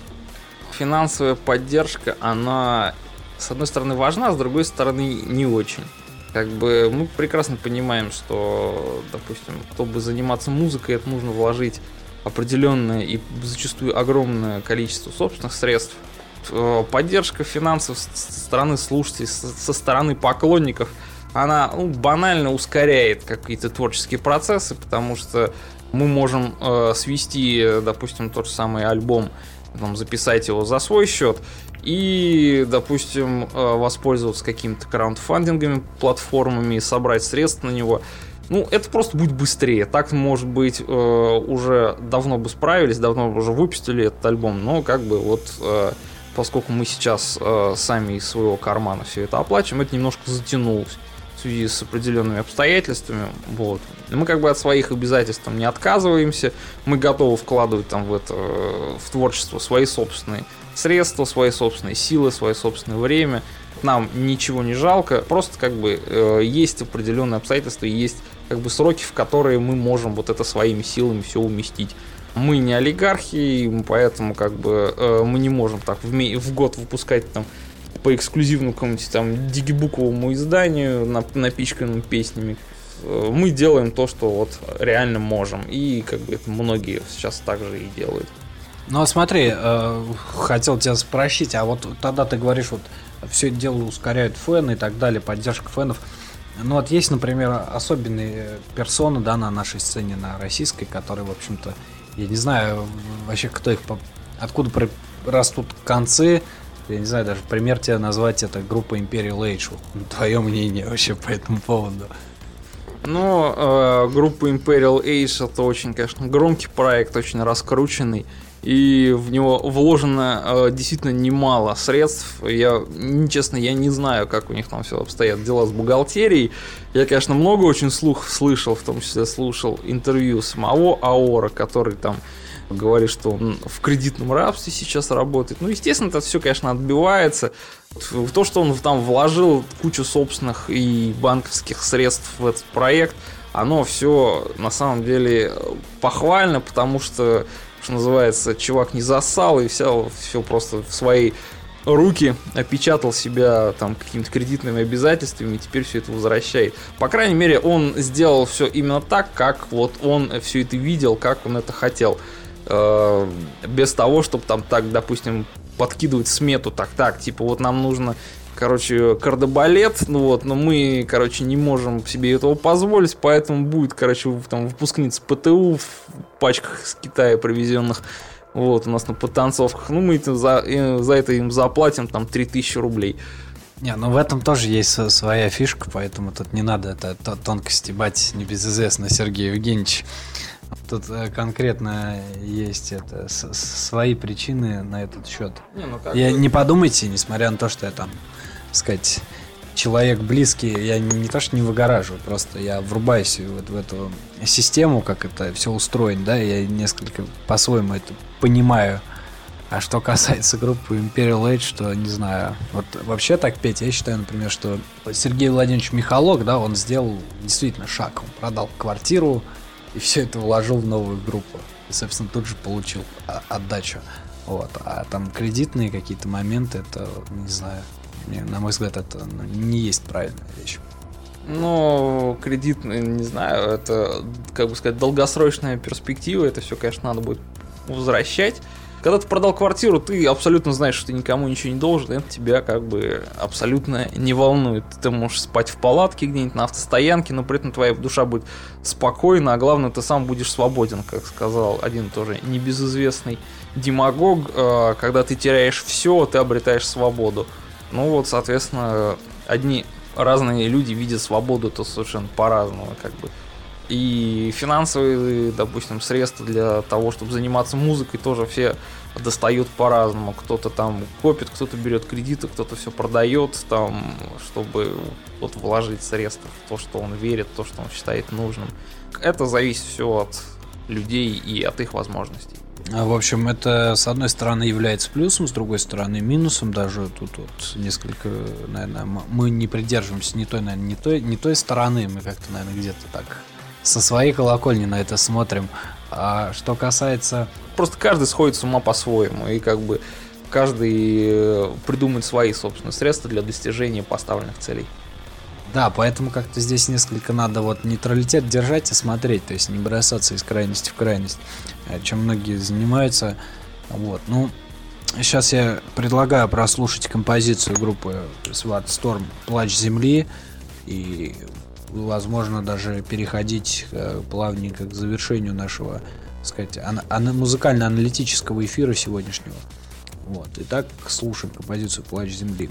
Финансовая поддержка, она, с одной стороны, важна, а с другой стороны, не очень. Как бы мы прекрасно понимаем, что, допустим, чтобы заниматься музыкой, это нужно вложить определенное и зачастую огромное количество собственных средств. Поддержка финансов со стороны слушателей, со стороны поклонников, она ну, банально ускоряет какие-то творческие процессы, потому что мы можем э, свести, допустим, тот же самый альбом, там, записать его за свой счет и, допустим, э, воспользоваться какими-то краундфандинговыми платформами, собрать средства на него. Ну, это просто будет быстрее. Так, может быть, э, уже давно бы справились, давно уже выпустили этот альбом, но как бы вот... Э, поскольку мы сейчас э, сами из своего кармана все это оплачиваем, это немножко затянулось в связи с определенными обстоятельствами. Вот. Мы как бы от своих обязательств там не отказываемся, мы готовы вкладывать там в это, в творчество свои собственные средства, свои собственные силы, свое собственное время. Нам ничего не жалко, просто как бы э, есть определенные обстоятельства, есть как бы сроки, в которые мы можем вот это своими силами все уместить. Мы не олигархи, поэтому как бы э, мы не можем так в, ме- в год выпускать там по эксклюзивному какому-нибудь там дигибуковому изданию, нап- напичканному песнями. Э, мы делаем то, что вот реально можем, и как бы это многие сейчас так же и делают. Ну, смотри, э, хотел тебя спросить, а вот тогда ты говоришь, вот все это дело ускоряют фэны и так далее, поддержка фэнов. Ну, вот есть, например, особенные персоны, да, на нашей сцене, на российской, которые, в общем-то, я не знаю вообще, кто их, откуда растут концы. Я не знаю, даже пример тебе назвать, это группа Imperial Age. Твое мнение вообще по этому поводу? Ну, э, группа Imperial Age это очень, конечно, громкий проект, очень раскрученный. И в него вложено э, действительно немало средств. Я, честно, я не знаю, как у них там все обстоят дела с бухгалтерией. Я, конечно, много очень слух слышал, в том числе слушал интервью самого Аора, который там говорит, что он в кредитном рабстве сейчас работает. Ну, естественно, это все, конечно, отбивается. В то, что он там вложил кучу собственных и банковских средств в этот проект, оно все на самом деле похвально, потому что, что называется, чувак не засал и взял все просто в свои руки, опечатал себя там какими-то кредитными обязательствами и теперь все это возвращает. По крайней мере, он сделал все именно так, как вот он все это видел, как он это хотел. Э, без того, чтобы там так, допустим, подкидывать смету, так, так, типа вот нам нужно, короче, кардебалет, ну вот, но мы, короче, не можем себе этого позволить, поэтому будет, короче, там выпускница ПТУ в пачках из Китая привезенных, вот, у нас на подтанцовках, ну мы это за, за это им заплатим там три тысячи рублей. Не, ну в этом тоже есть своя фишка, поэтому тут не надо это тонкости бать небезызвестно, Сергей Евгеньевич. Тут конкретно есть это, с, свои причины на этот счет. Не, ну как я, бы... не подумайте, несмотря на то, что я там, так сказать, человек близкий, я не, не то что не выгораживаю, просто я врубаюсь вот в эту систему, как это все устроено, да, я несколько по-своему это понимаю. А что касается группы Imperial Age, что, не знаю, вот вообще так петь, я считаю, например, что Сергей Владимирович Михалок, да, он сделал действительно шаг, он продал квартиру и все это вложил в новую группу. И, собственно, тут же получил отдачу. Вот. А там кредитные какие-то моменты, это, не знаю, на мой взгляд, это ну, не есть правильная вещь. Ну, кредитные, не знаю, это, как бы сказать, долгосрочная перспектива, это все, конечно, надо будет возвращать. Когда ты продал квартиру, ты абсолютно знаешь, что ты никому ничего не должен, это тебя как бы абсолютно не волнует. Ты можешь спать в палатке где-нибудь на автостоянке, но при этом твоя душа будет спокойна, а главное, ты сам будешь свободен, как сказал один тоже небезызвестный демагог. Когда ты теряешь все, ты обретаешь свободу. Ну вот, соответственно, одни разные люди видят свободу-то совершенно по-разному, как бы. И финансовые, допустим, средства для того, чтобы заниматься музыкой, тоже все достают по-разному. Кто-то там копит, кто-то берет кредиты, кто-то все продает, там, чтобы вот вложить средства в то, что он верит, в то, что он считает нужным. Это зависит все от людей и от их возможностей. В общем, это с одной стороны является плюсом, с другой стороны минусом. Даже тут вот несколько, наверное, мы не придерживаемся ни той, наверное, не той, не той стороны. Мы как-то, наверное, где-то так со своей колокольни на это смотрим. А что касается... Просто каждый сходит с ума по-своему. И как бы каждый придумает свои собственные средства для достижения поставленных целей. Да, поэтому как-то здесь несколько надо вот нейтралитет держать и смотреть. То есть не бросаться из крайности в крайность, чем многие занимаются. Вот, ну... Сейчас я предлагаю прослушать композицию группы Swat Storm «Плач земли». И... возможно, даже переходить э, плавненько к завершению нашего, так сказать, ан- ан- музыкально-аналитического эфира сегодняшнего. Вот. Итак, слушаем композицию «Плач земли».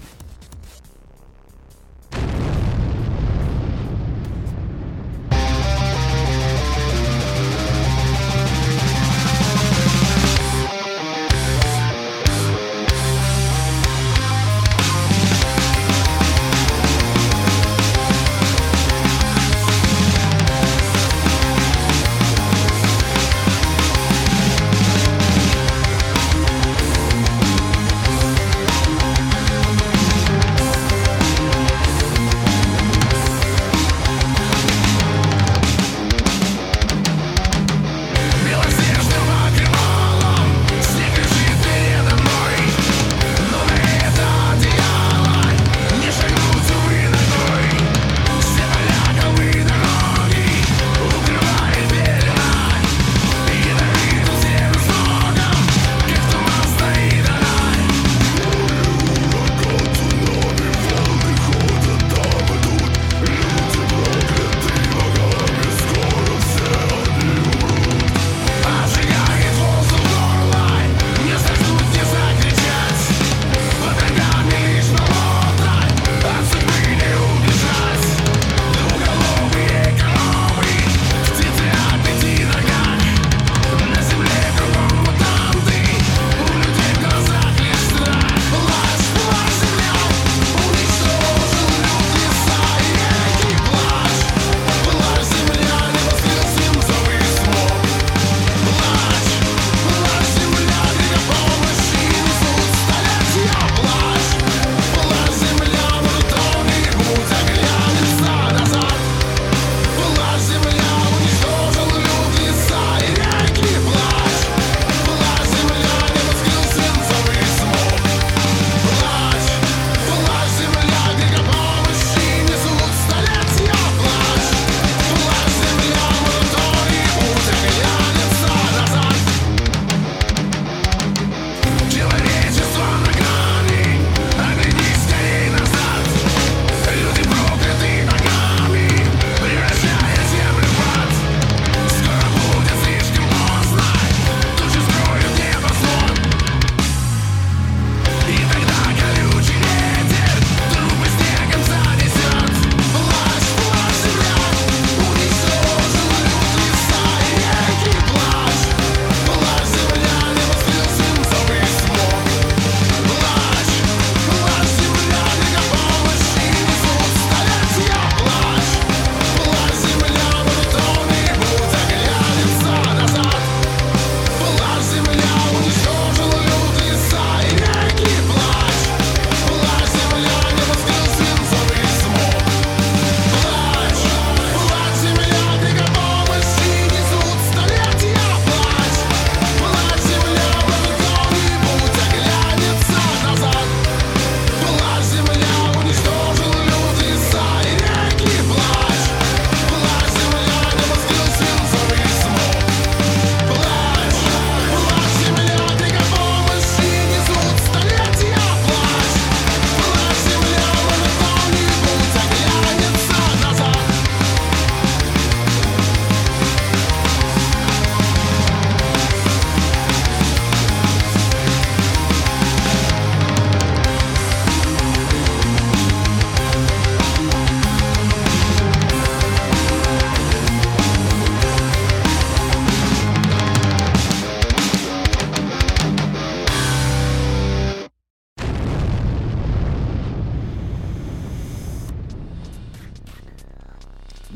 We'll be right back.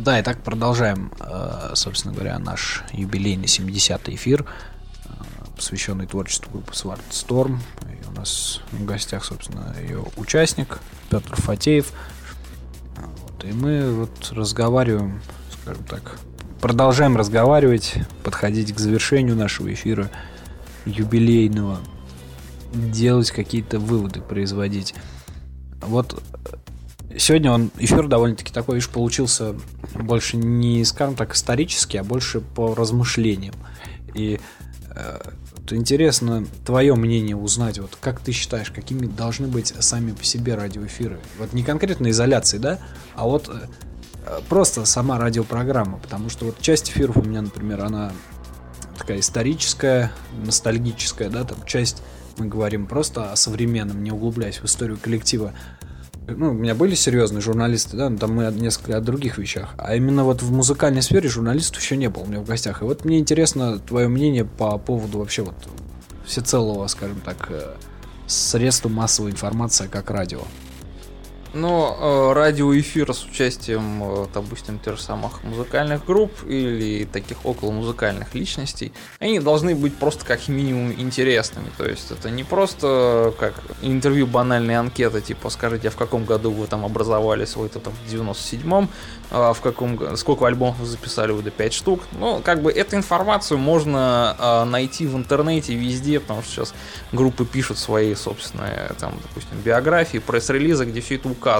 Да, и так продолжаем, собственно говоря, наш юбилейный семидесятый эфир, посвященный творчеству группы Swart Storm. И у нас в гостях, собственно, ее участник Петр Фатеев. Вот, и мы вот разговариваем, скажем так, продолжаем разговаривать, подходить к завершению нашего эфира юбилейного, делать какие-то выводы, производить. Вот сегодня он эфир довольно-таки такой, видишь, получился больше не, скажем так, исторический, а больше по размышлениям. И э, вот интересно твое мнение узнать, вот как ты считаешь, какими должны быть сами по себе радиоэфиры? Вот не конкретно изоляции, да, а вот э, просто сама радиопрограмма, потому что вот часть эфиров у меня, например, она такая историческая, ностальгическая, да, там часть мы говорим просто о современном, не углубляясь в историю коллектива. Ну, у меня были серьезные журналисты, да, но там мы несколько о других вещах. А именно вот в музыкальной сфере журналистов еще не было у меня в гостях. И вот мне интересно твое мнение по поводу вообще вот всецелого, скажем так, средства массовой информации, как радио. Ну, э, радиоэфир с участием, э, допустим, тех же самых музыкальных групп или таких околомузыкальных личностей, они должны быть просто как минимум интересными. То есть это не просто как интервью, банальные анкеты, типа скажите, а в каком году вы там образовали свой-то там в девяносто седьмом, а в каком, сколько альбомов вы записали, вы до пять штук. Ну, как бы эту информацию можно э, найти в интернете везде, потому что сейчас группы пишут свои собственные, там, допустим, биографии, пресс-релизы, где все это указано.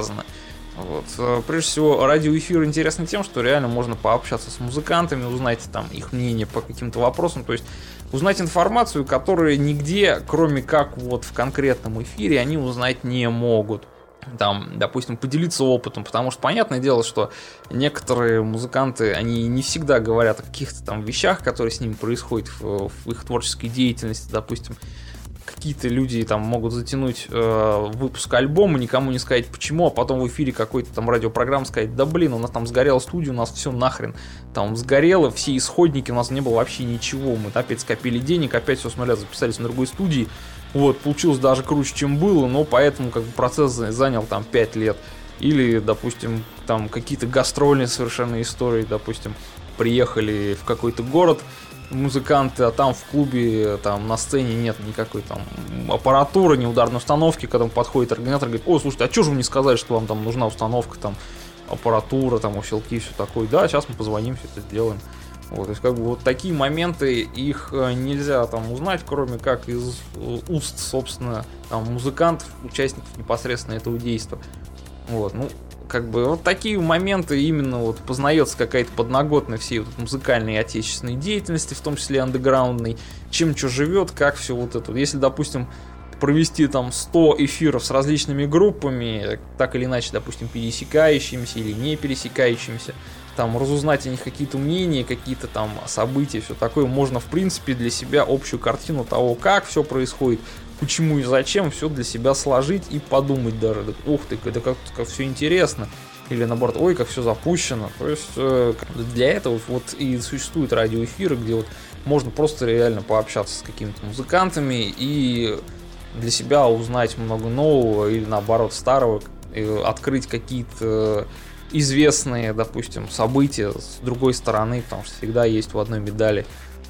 Вот. Прежде всего, радиоэфир интересен тем, что реально можно пообщаться с музыкантами, узнать там их мнение по каким-то вопросам, то есть узнать информацию, которую нигде, кроме как вот в конкретном эфире, они узнать не могут. Там, допустим, поделиться опытом, потому что понятное дело, что некоторые музыканты, они не всегда говорят о каких-то там вещах, которые с ними происходят в, в их творческой деятельности, допустим. Какие-то люди там могут затянуть э, выпуск альбома, никому не сказать почему, а потом в эфире какой-то там радиопрограммы сказать: да блин, у нас там сгорела студия, у нас все нахрен там сгорело, все исходники, у нас не было вообще ничего, мы опять скопили денег, опять все с нуля записались на другой студии, вот, получилось даже круче, чем было, но поэтому как бы процесс занял там пять лет. Или, допустим, там какие-то гастрольные совершенно истории, допустим, приехали в какой-то город музыканты, а там в клубе, там на сцене нет никакой там аппаратуры, ни ударной установки, когда подходит организатор, говорит: о, слушайте, а что же вы не сказали, что вам там нужна установка, там аппаратура, там усилки, все такое. Да, сейчас мы позвоним, все это сделаем. Вот, то есть как бы вот такие моменты, их нельзя там узнать, кроме как из уст, собственно, там музыкантов, участников непосредственно этого действия. Вот, ну, как бы вот такие моменты именно вот познается какая-то подноготная всей вот музыкальной и отечественной деятельности, в том числе андеграундной, чем что живет, как все вот это. Если, допустим, провести там сто эфиров с различными группами, так или иначе, допустим, пересекающимися или не пересекающимися, там разузнать о них какие-то мнения, какие-то там события, все такое, можно в принципе для себя общую картину того, как все происходит, почему и зачем, все для себя сложить и подумать даже: ух ты, это как, как все интересно, или наоборот, ой, как все запущено. То есть э, для этого вот и существуют радиоэфиры, где вот можно просто реально пообщаться с какими-то музыкантами и для себя узнать много нового или наоборот старого, открыть какие-то известные, допустим, события с другой стороны, потому что всегда есть в одной медали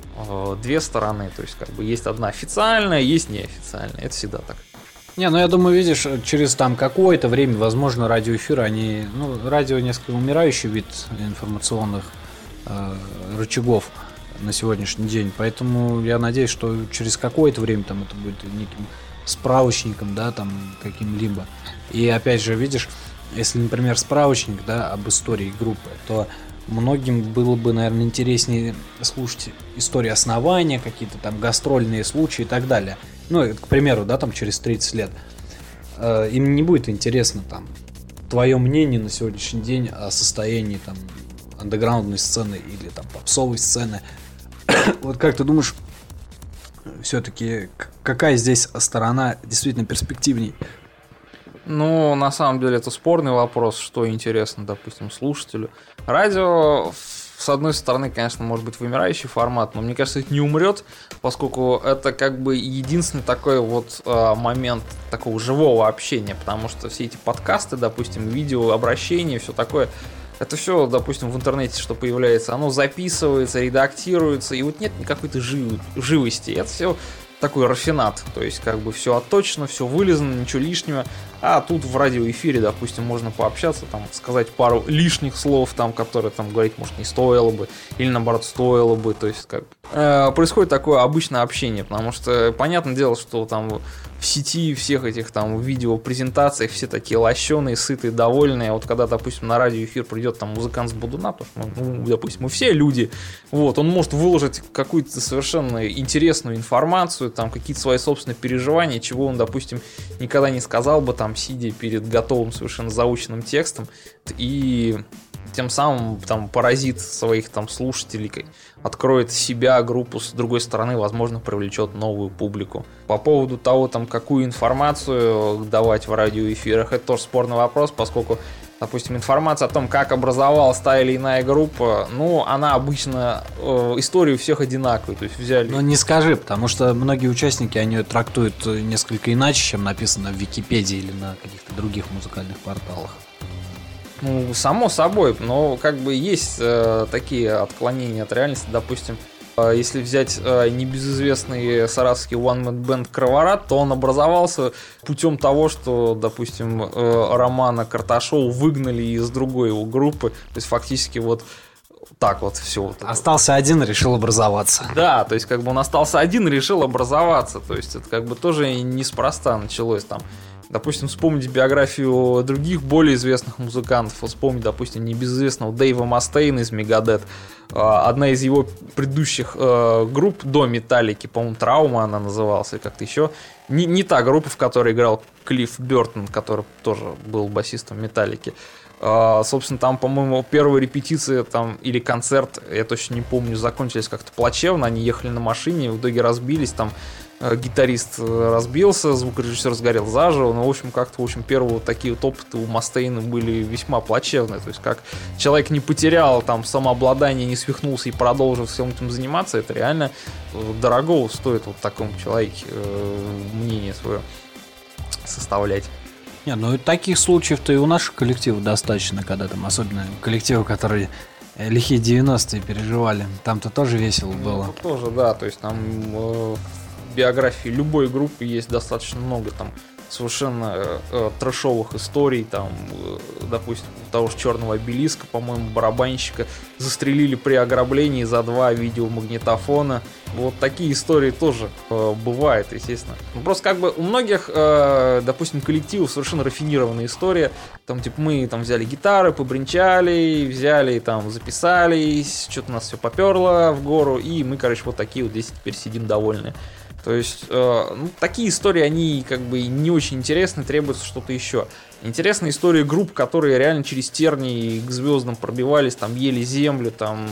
две стороны, то есть как бы есть одна официальная, есть неофициальная, это всегда так. Не, ну я думаю, видишь, через там какое-то время, возможно, радиоэфиры, они, ну, радио несколько умирающий вид информационных э, рычагов на сегодняшний день, поэтому я надеюсь, что через какое-то время там это будет неким справочником, да, там каким-либо. И опять же, видишь, если, например, справочник, да, об истории группы, то многим было бы, наверное, интереснее слушать истории основания, какие-то там гастрольные случаи и так далее. Ну, к примеру, да, там через тридцать лет. Э, им не будет интересно там твое мнение на сегодняшний день о состоянии там андеграундной сцены или там попсовой сцены. Вот как ты думаешь, все-таки какая здесь сторона действительно перспективней? Ну, на самом деле, это спорный вопрос, что интересно, допустим, слушателю. Радио, с одной стороны, конечно, может быть вымирающий формат, но мне кажется, это не умрет, поскольку это как бы единственный такой вот э, момент такого живого общения, потому что все эти подкасты, допустим, видеообращения, все такое, Это все, допустим, в интернете, что появляется, оно записывается, редактируется, и вот нет никакой-то жив... живости. Это все такой рафинат, то есть как бы все отточено, все вылизано, ничего лишнего. А тут в радиоэфире, допустим, можно пообщаться, там, сказать пару лишних слов, там, которые там говорить, может, не стоило бы, или наоборот стоило бы. То есть как э, происходит такое обычное общение, потому что понятное дело, что там в сети всех этих там видеопрезентациях все такие лощеные, сытые, довольные. А вот когда, допустим, на радиоэфир придет там музыкант с Бодуна, потому что, ну, допустим, мы все люди, вот, он может выложить какую-то совершенно интересную информацию, там, какие-то свои собственные переживания, чего он, допустим, никогда не сказал бы, там, сидя перед готовым совершенно заученным текстом, и тем самым там поразит своих там слушателей, откроет себя, группу, с другой стороны, возможно, привлечет новую публику. По поводу того, там, какую информацию давать в радиоэфирах, это тоже спорный вопрос, поскольку, допустим, информация о том, как образовалась та или иная группа, ну, она обычно, э, истории у всех одинаковые, то есть взяли... Ну, не скажи, потому что многие участники, они трактуют несколько иначе, чем написано в Википедии или на каких-то других музыкальных порталах. Ну, само собой, но как бы есть э, такие отклонения от реальности, допустим, э, если взять э, небезызвестный саратовский one-man band Кроворат, то он образовался путем того, что, допустим, э, Романа Карташова выгнали из другой его группы, то есть фактически вот так вот все. Вот остался вот один, решил образоваться. Да, то есть как бы он остался один, решил образоваться, то есть это как бы тоже неспроста началось там. Допустим, вспомнить биографию других более известных музыкантов. Вспомнить, допустим, небезызвестного Дэйва Мастейна из Мегадет. Одна из его предыдущих э, групп до Металлики, по-моему, Траума она называлась, или как-то еще. Не, не та группа, в которой играл Клифф Бёртон, который тоже был басистом Металлики. Uh, собственно, там, по-моему, первая репетиция там, или концерт, я точно не помню, закончились как-то плачевно. Они ехали на машине, в итоге разбились, там uh, гитарист разбился, звукорежиссер сгорел заживо. Ну, в общем, как-то, в общем, первые вот такие вот опыты у Мастейна были весьма плачевные. То есть, как человек не потерял там самообладание, не свихнулся и продолжил всем этим заниматься, это реально дорого стоит вот такому человеку uh, мнение свое составлять. Не, ну и таких случаев-то и у наших коллективов достаточно, когда там, особенно коллективы, которые э, лихие девяностые переживали, там-то тоже весело было. Ну, тоже, да, то есть там э, в биографии любой группы есть достаточно много там совершенно э, э, трэшовых историй, там, э, допустим, того же Черного Обелиска, по-моему, барабанщика застрелили при ограблении за два видеомагнитофона. Вот такие истории тоже э, бывают, естественно. Ну, просто как бы у многих, э, допустим, коллективов совершенно рафинированная история. Там, типа, мы там взяли гитары, побринчали, взяли, там, записались, что-то у нас все поперло в гору, и мы, короче, вот такие вот здесь теперь сидим довольные. То есть, э, ну, такие истории, они как бы не очень интересны, требуется что-то еще. Интересные истории групп, которые реально через тернии к звездам пробивались, там, ели землю, там,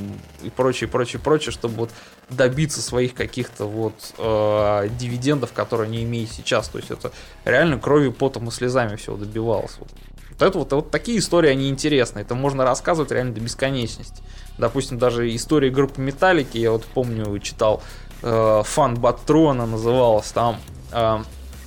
и прочее, прочее, прочее, чтобы вот добиться своих каких-то вот э, дивидендов, которые они имеют сейчас. То есть, это реально кровью, потом и слезами все добивалось. Вот. Вот, это, вот, вот такие истории, они интересны. Это можно рассказывать реально до бесконечности. Допустим, даже история группы Металлики, я вот помню, читал, Fun But True она называлась, там э,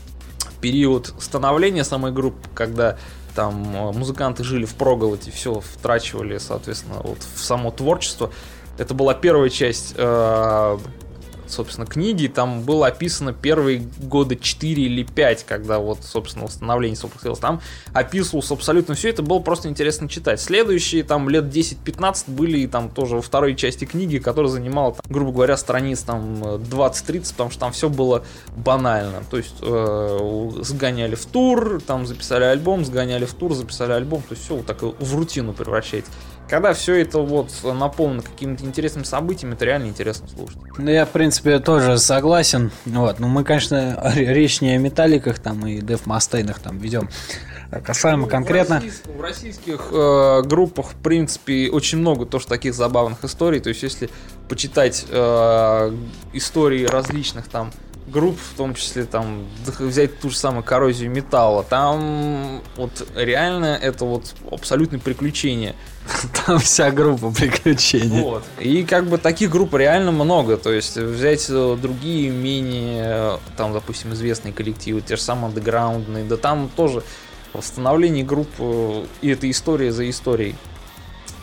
период становления самой группы, когда там музыканты жили впроголодь и все втрачивали, соответственно, вот в само творчество. Это была первая часть, э, собственно, книги, там было описано первые года четыре или пять, когда вот, собственно, восстановление состоялось. Там описывалось абсолютно все, это было просто интересно читать. Следующие там лет десять-пятнадцать были там тоже во второй части книги, которая занимала, там, грубо говоря, страниц там двадцать-тридцать, потому что там все было банально. То есть э, сгоняли в тур, там записали альбом, сгоняли в тур, записали альбом, то есть все вот так в рутину превращается. Когда все это вот наполнено какими-то интересными событиями, это реально интересно слушать. Ну, я, в принципе, тоже согласен. Вот. Ну, мы, конечно, речь не о металликах там и Дэв Мастейнах там ведем. Касаемо ну, конкретно... В, российск, в российских э, группах, в принципе, очень много тоже таких забавных историй. То есть, если почитать э, истории различных там групп, в том числе там взять ту же самую Коррозию металла, там вот реально это вот абсолютное приключение. Там вся группа приключений. Вот. И как бы таких групп реально много. То есть взять другие менее, там, допустим, известные коллективы, те же самые андеграундные, да там тоже восстановление групп, и это история за историей.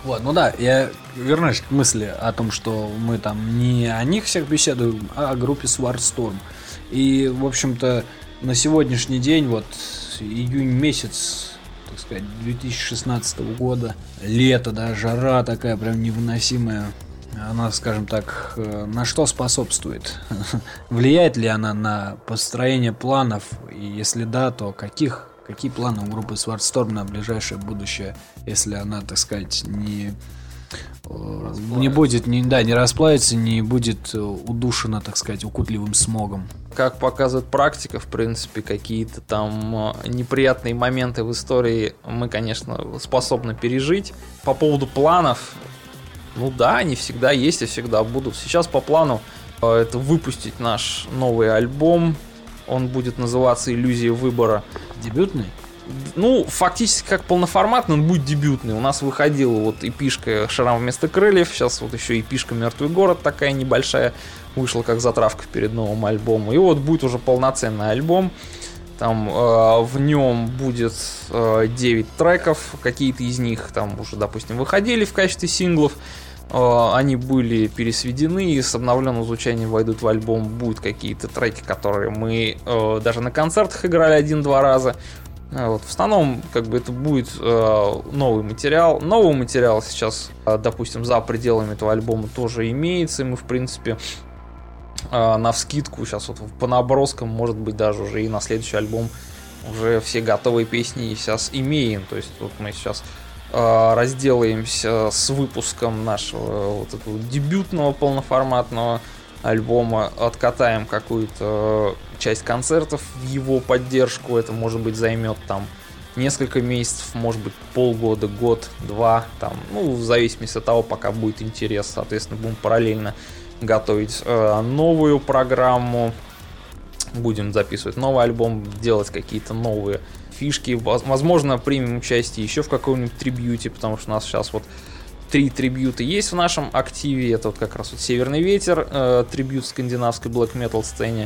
Вот, ну да, я вернусь к мысли о том, что мы там не о них всех беседуем, а о группе Swartstorm. И, в общем-то, на сегодняшний день, вот июнь месяц, так сказать, две тысячи шестнадцатого года, лето, да, жара такая прям невыносимая, она, скажем так, на что способствует? Влияет ли она на построение планов? И если да, то каких? Какие планы у группы Swartstorm на ближайшее будущее, если она, так сказать, не, не будет, не, да, не расплавится, не будет удушена, так сказать, укутливым смогом? Как показывает практика, в принципе, какие-то там неприятные моменты в истории мы, конечно, способны пережить. По поводу планов, ну да, они всегда есть и всегда будут. Сейчас по плану это выпустить наш новый альбом. Он будет называться «Иллюзия выбора». Дебютный? Ну, фактически как полноформатный, он будет дебютный. У нас выходила вот эпишка «Шрам вместо крыльев», сейчас вот еще эпишка «Мертвый город» такая небольшая, вышла как затравка перед новым альбомом. И вот будет уже полноценный альбом. Там э, в нем будет э, девять треков, какие-то из них там уже, допустим, выходили в качестве синглов. Они были пересведены и с обновленным звучанием войдут в альбом. Будут какие-то треки, которые мы э, даже на концертах играли один-два раза. Вот. В основном, как бы, это будет э, новый материал. Новый материал сейчас, э, допустим, за пределами этого альбома тоже имеется. И мы, в принципе, э, навскидку сейчас вот по наброскам, может быть, даже уже и на следующий альбом уже все готовые песни сейчас имеем. То есть вот мы сейчас разделаемся с выпуском нашего вот этого дебютного полноформатного альбома, откатаем какую-то часть концертов в его поддержку. Это, может быть, займет там несколько месяцев, может быть, полгода, год, два, там, ну, в зависимости от того, пока будет интерес. Соответственно, будем параллельно готовить э, новую программу, будем записывать новый альбом, делать какие-то новые фишки. Возможно, примем участие еще в каком-нибудь трибьюте, потому что у нас сейчас вот три трибьюта есть в нашем активе. Это вот как раз вот «Северный ветер», э, трибьют скандинавской black metal сцене.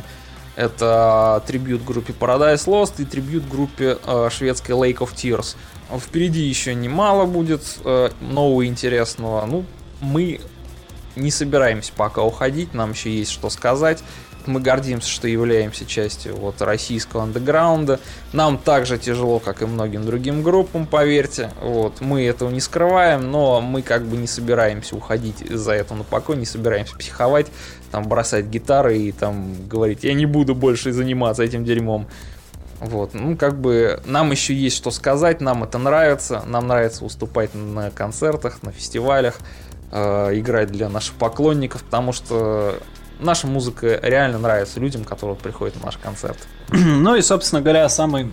Это трибьют группе Paradise Lost и трибьют группе э, шведской Lake of Tears. Впереди еще немало будет э, нового и интересного. Ну, мы не собираемся пока уходить, нам еще есть что сказать. Мы гордимся, что являемся частью вот российского андеграунда. Нам так же тяжело, как и многим другим группам, поверьте. Вот. Мы этого не скрываем, но мы как бы не собираемся уходить из-за этого на покой, не собираемся психовать, там, бросать гитары и там говорить: я не буду больше заниматься этим дерьмом. Вот. Ну, как бы нам еще есть что сказать, нам это нравится. Нам нравится выступать на концертах, на фестивалях, э, играть для наших поклонников, потому что наша музыка реально нравится людям, которые приходят на наш концерт. Ну и, собственно говоря, самый,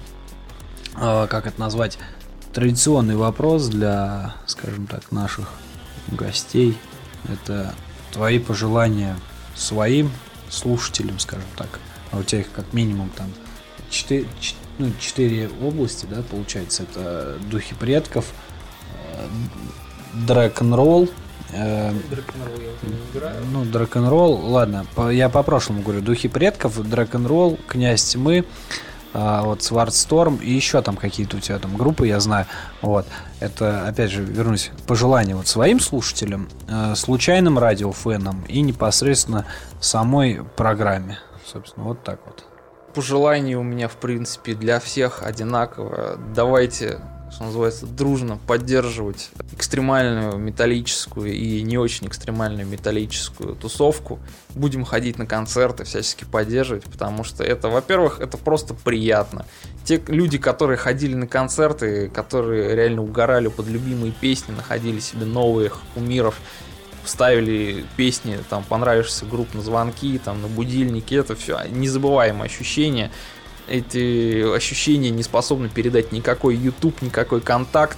э, как это назвать, традиционный вопрос для, скажем так, наших гостей. Это твои пожелания своим слушателям, скажем так. А у тебя их как минимум там четыре, ну, четыре области, да, получается. Это «Духи предков», э, «Драк-н-ролл». Драк-н-ролл я уже не играю. Ну, драк-н-ролл, ладно, по, я по-прошлому говорю: «Духи предков», «Драк-н-ролл», «Князь тьмы», а, вот «Swartstorm» и еще там какие-то у тебя там группы, я знаю. Вот, это, опять же, вернусь, пожелания вот своим слушателям, э, случайным радиофенам и непосредственно самой программе. Собственно, вот так вот. Пожелания у меня, в принципе, для всех одинаково. Давайте, что называется, дружно поддерживать экстремальную металлическую и не очень экстремальную металлическую тусовку. Будем ходить на концерты, всячески поддерживать, потому что это, во-первых, это просто приятно. Те люди, которые ходили на концерты, которые реально угорали под любимые песни, находили себе новых кумиров, ставили песни, там, понравившиеся групп на звонки, там, на будильники, это все незабываемые ощущения. Эти ощущения не способны передать никакой YouTube, никакой контакт,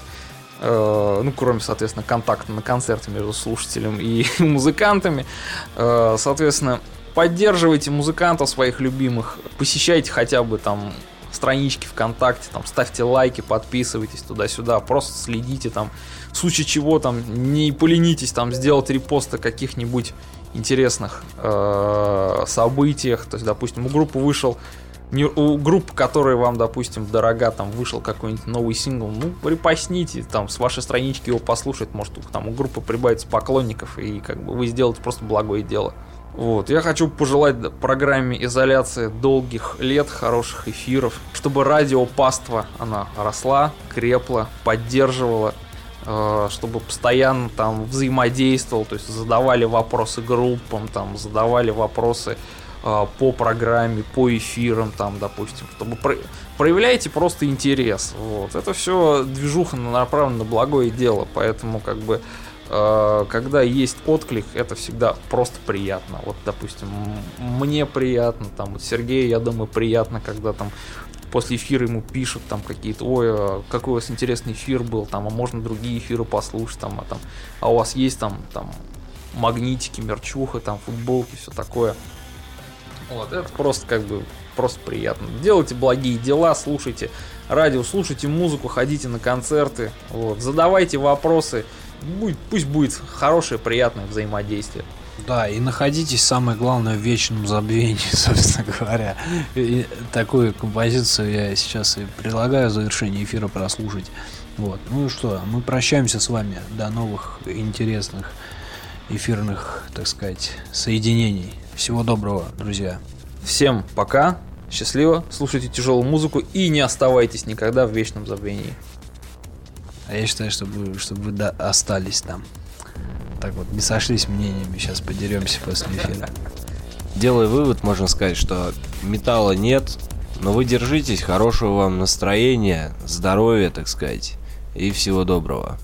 э, ну, кроме, соответственно, контакта на концерте между слушателем и музыкантами. Э, соответственно, поддерживайте музыкантов своих любимых, посещайте хотя бы там странички ВКонтакте, там, ставьте лайки, подписывайтесь туда-сюда, просто следите там, в случае чего там не поленитесь там сделать репосты каких-нибудь интересных э, событиях. То есть, допустим, у группы вышел не, у группы, которая вам, допустим, дорога, там вышел какой-нибудь новый сингл, ну, репостните, там, с вашей странички его послушать, может, там у группы прибавится поклонников, и как бы вы сделаете просто благое дело. Вот. Я хочу пожелать программе «Изоляция» долгих лет, хороших эфиров, чтобы радиопаства, она росла, крепла, поддерживала, э, чтобы постоянно там взаимодействовал, то есть задавали вопросы группам, там, задавали вопросы э, по программе, по эфирам, там, допустим, чтобы про... проявляйте просто интерес. Вот. Это все движуха направлена на благое дело, поэтому как бы когда есть отклик, это всегда просто приятно. Вот, допустим, мне приятно, там, вот Сергею, я думаю, приятно, когда там после эфира ему пишут там какие-то, ой, какой у вас интересный эфир был, там, а можно другие эфиры послушать, там, а, там, а у вас есть там, там магнитики, мерчуха, там, футболки, все такое. Вот, это просто как бы просто приятно. Делайте благие дела, слушайте радио, слушайте музыку, ходите на концерты, вот, задавайте вопросы. Будет, пусть будет хорошее, приятное взаимодействие. Да, и находитесь, самое главное, в вечном забвении, собственно говоря. И такую композицию я сейчас и предлагаю в завершении эфира прослушать. Вот. Ну и что, мы прощаемся с вами. До новых интересных эфирных, так сказать, соединений. Всего доброго, друзья. Всем пока, счастливо, слушайте тяжелую музыку и не оставайтесь никогда в вечном забвении. А я считаю, чтобы, чтобы вы да, остались там. Так вот, не сошлись мнениями, сейчас подеремся после эфира. Делая вывод, можно сказать, что металла нет, но вы держитесь, хорошего вам настроения, здоровья, так сказать, и всего доброго.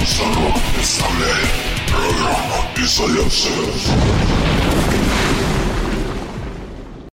Мусорок представляет программу «Изоляция».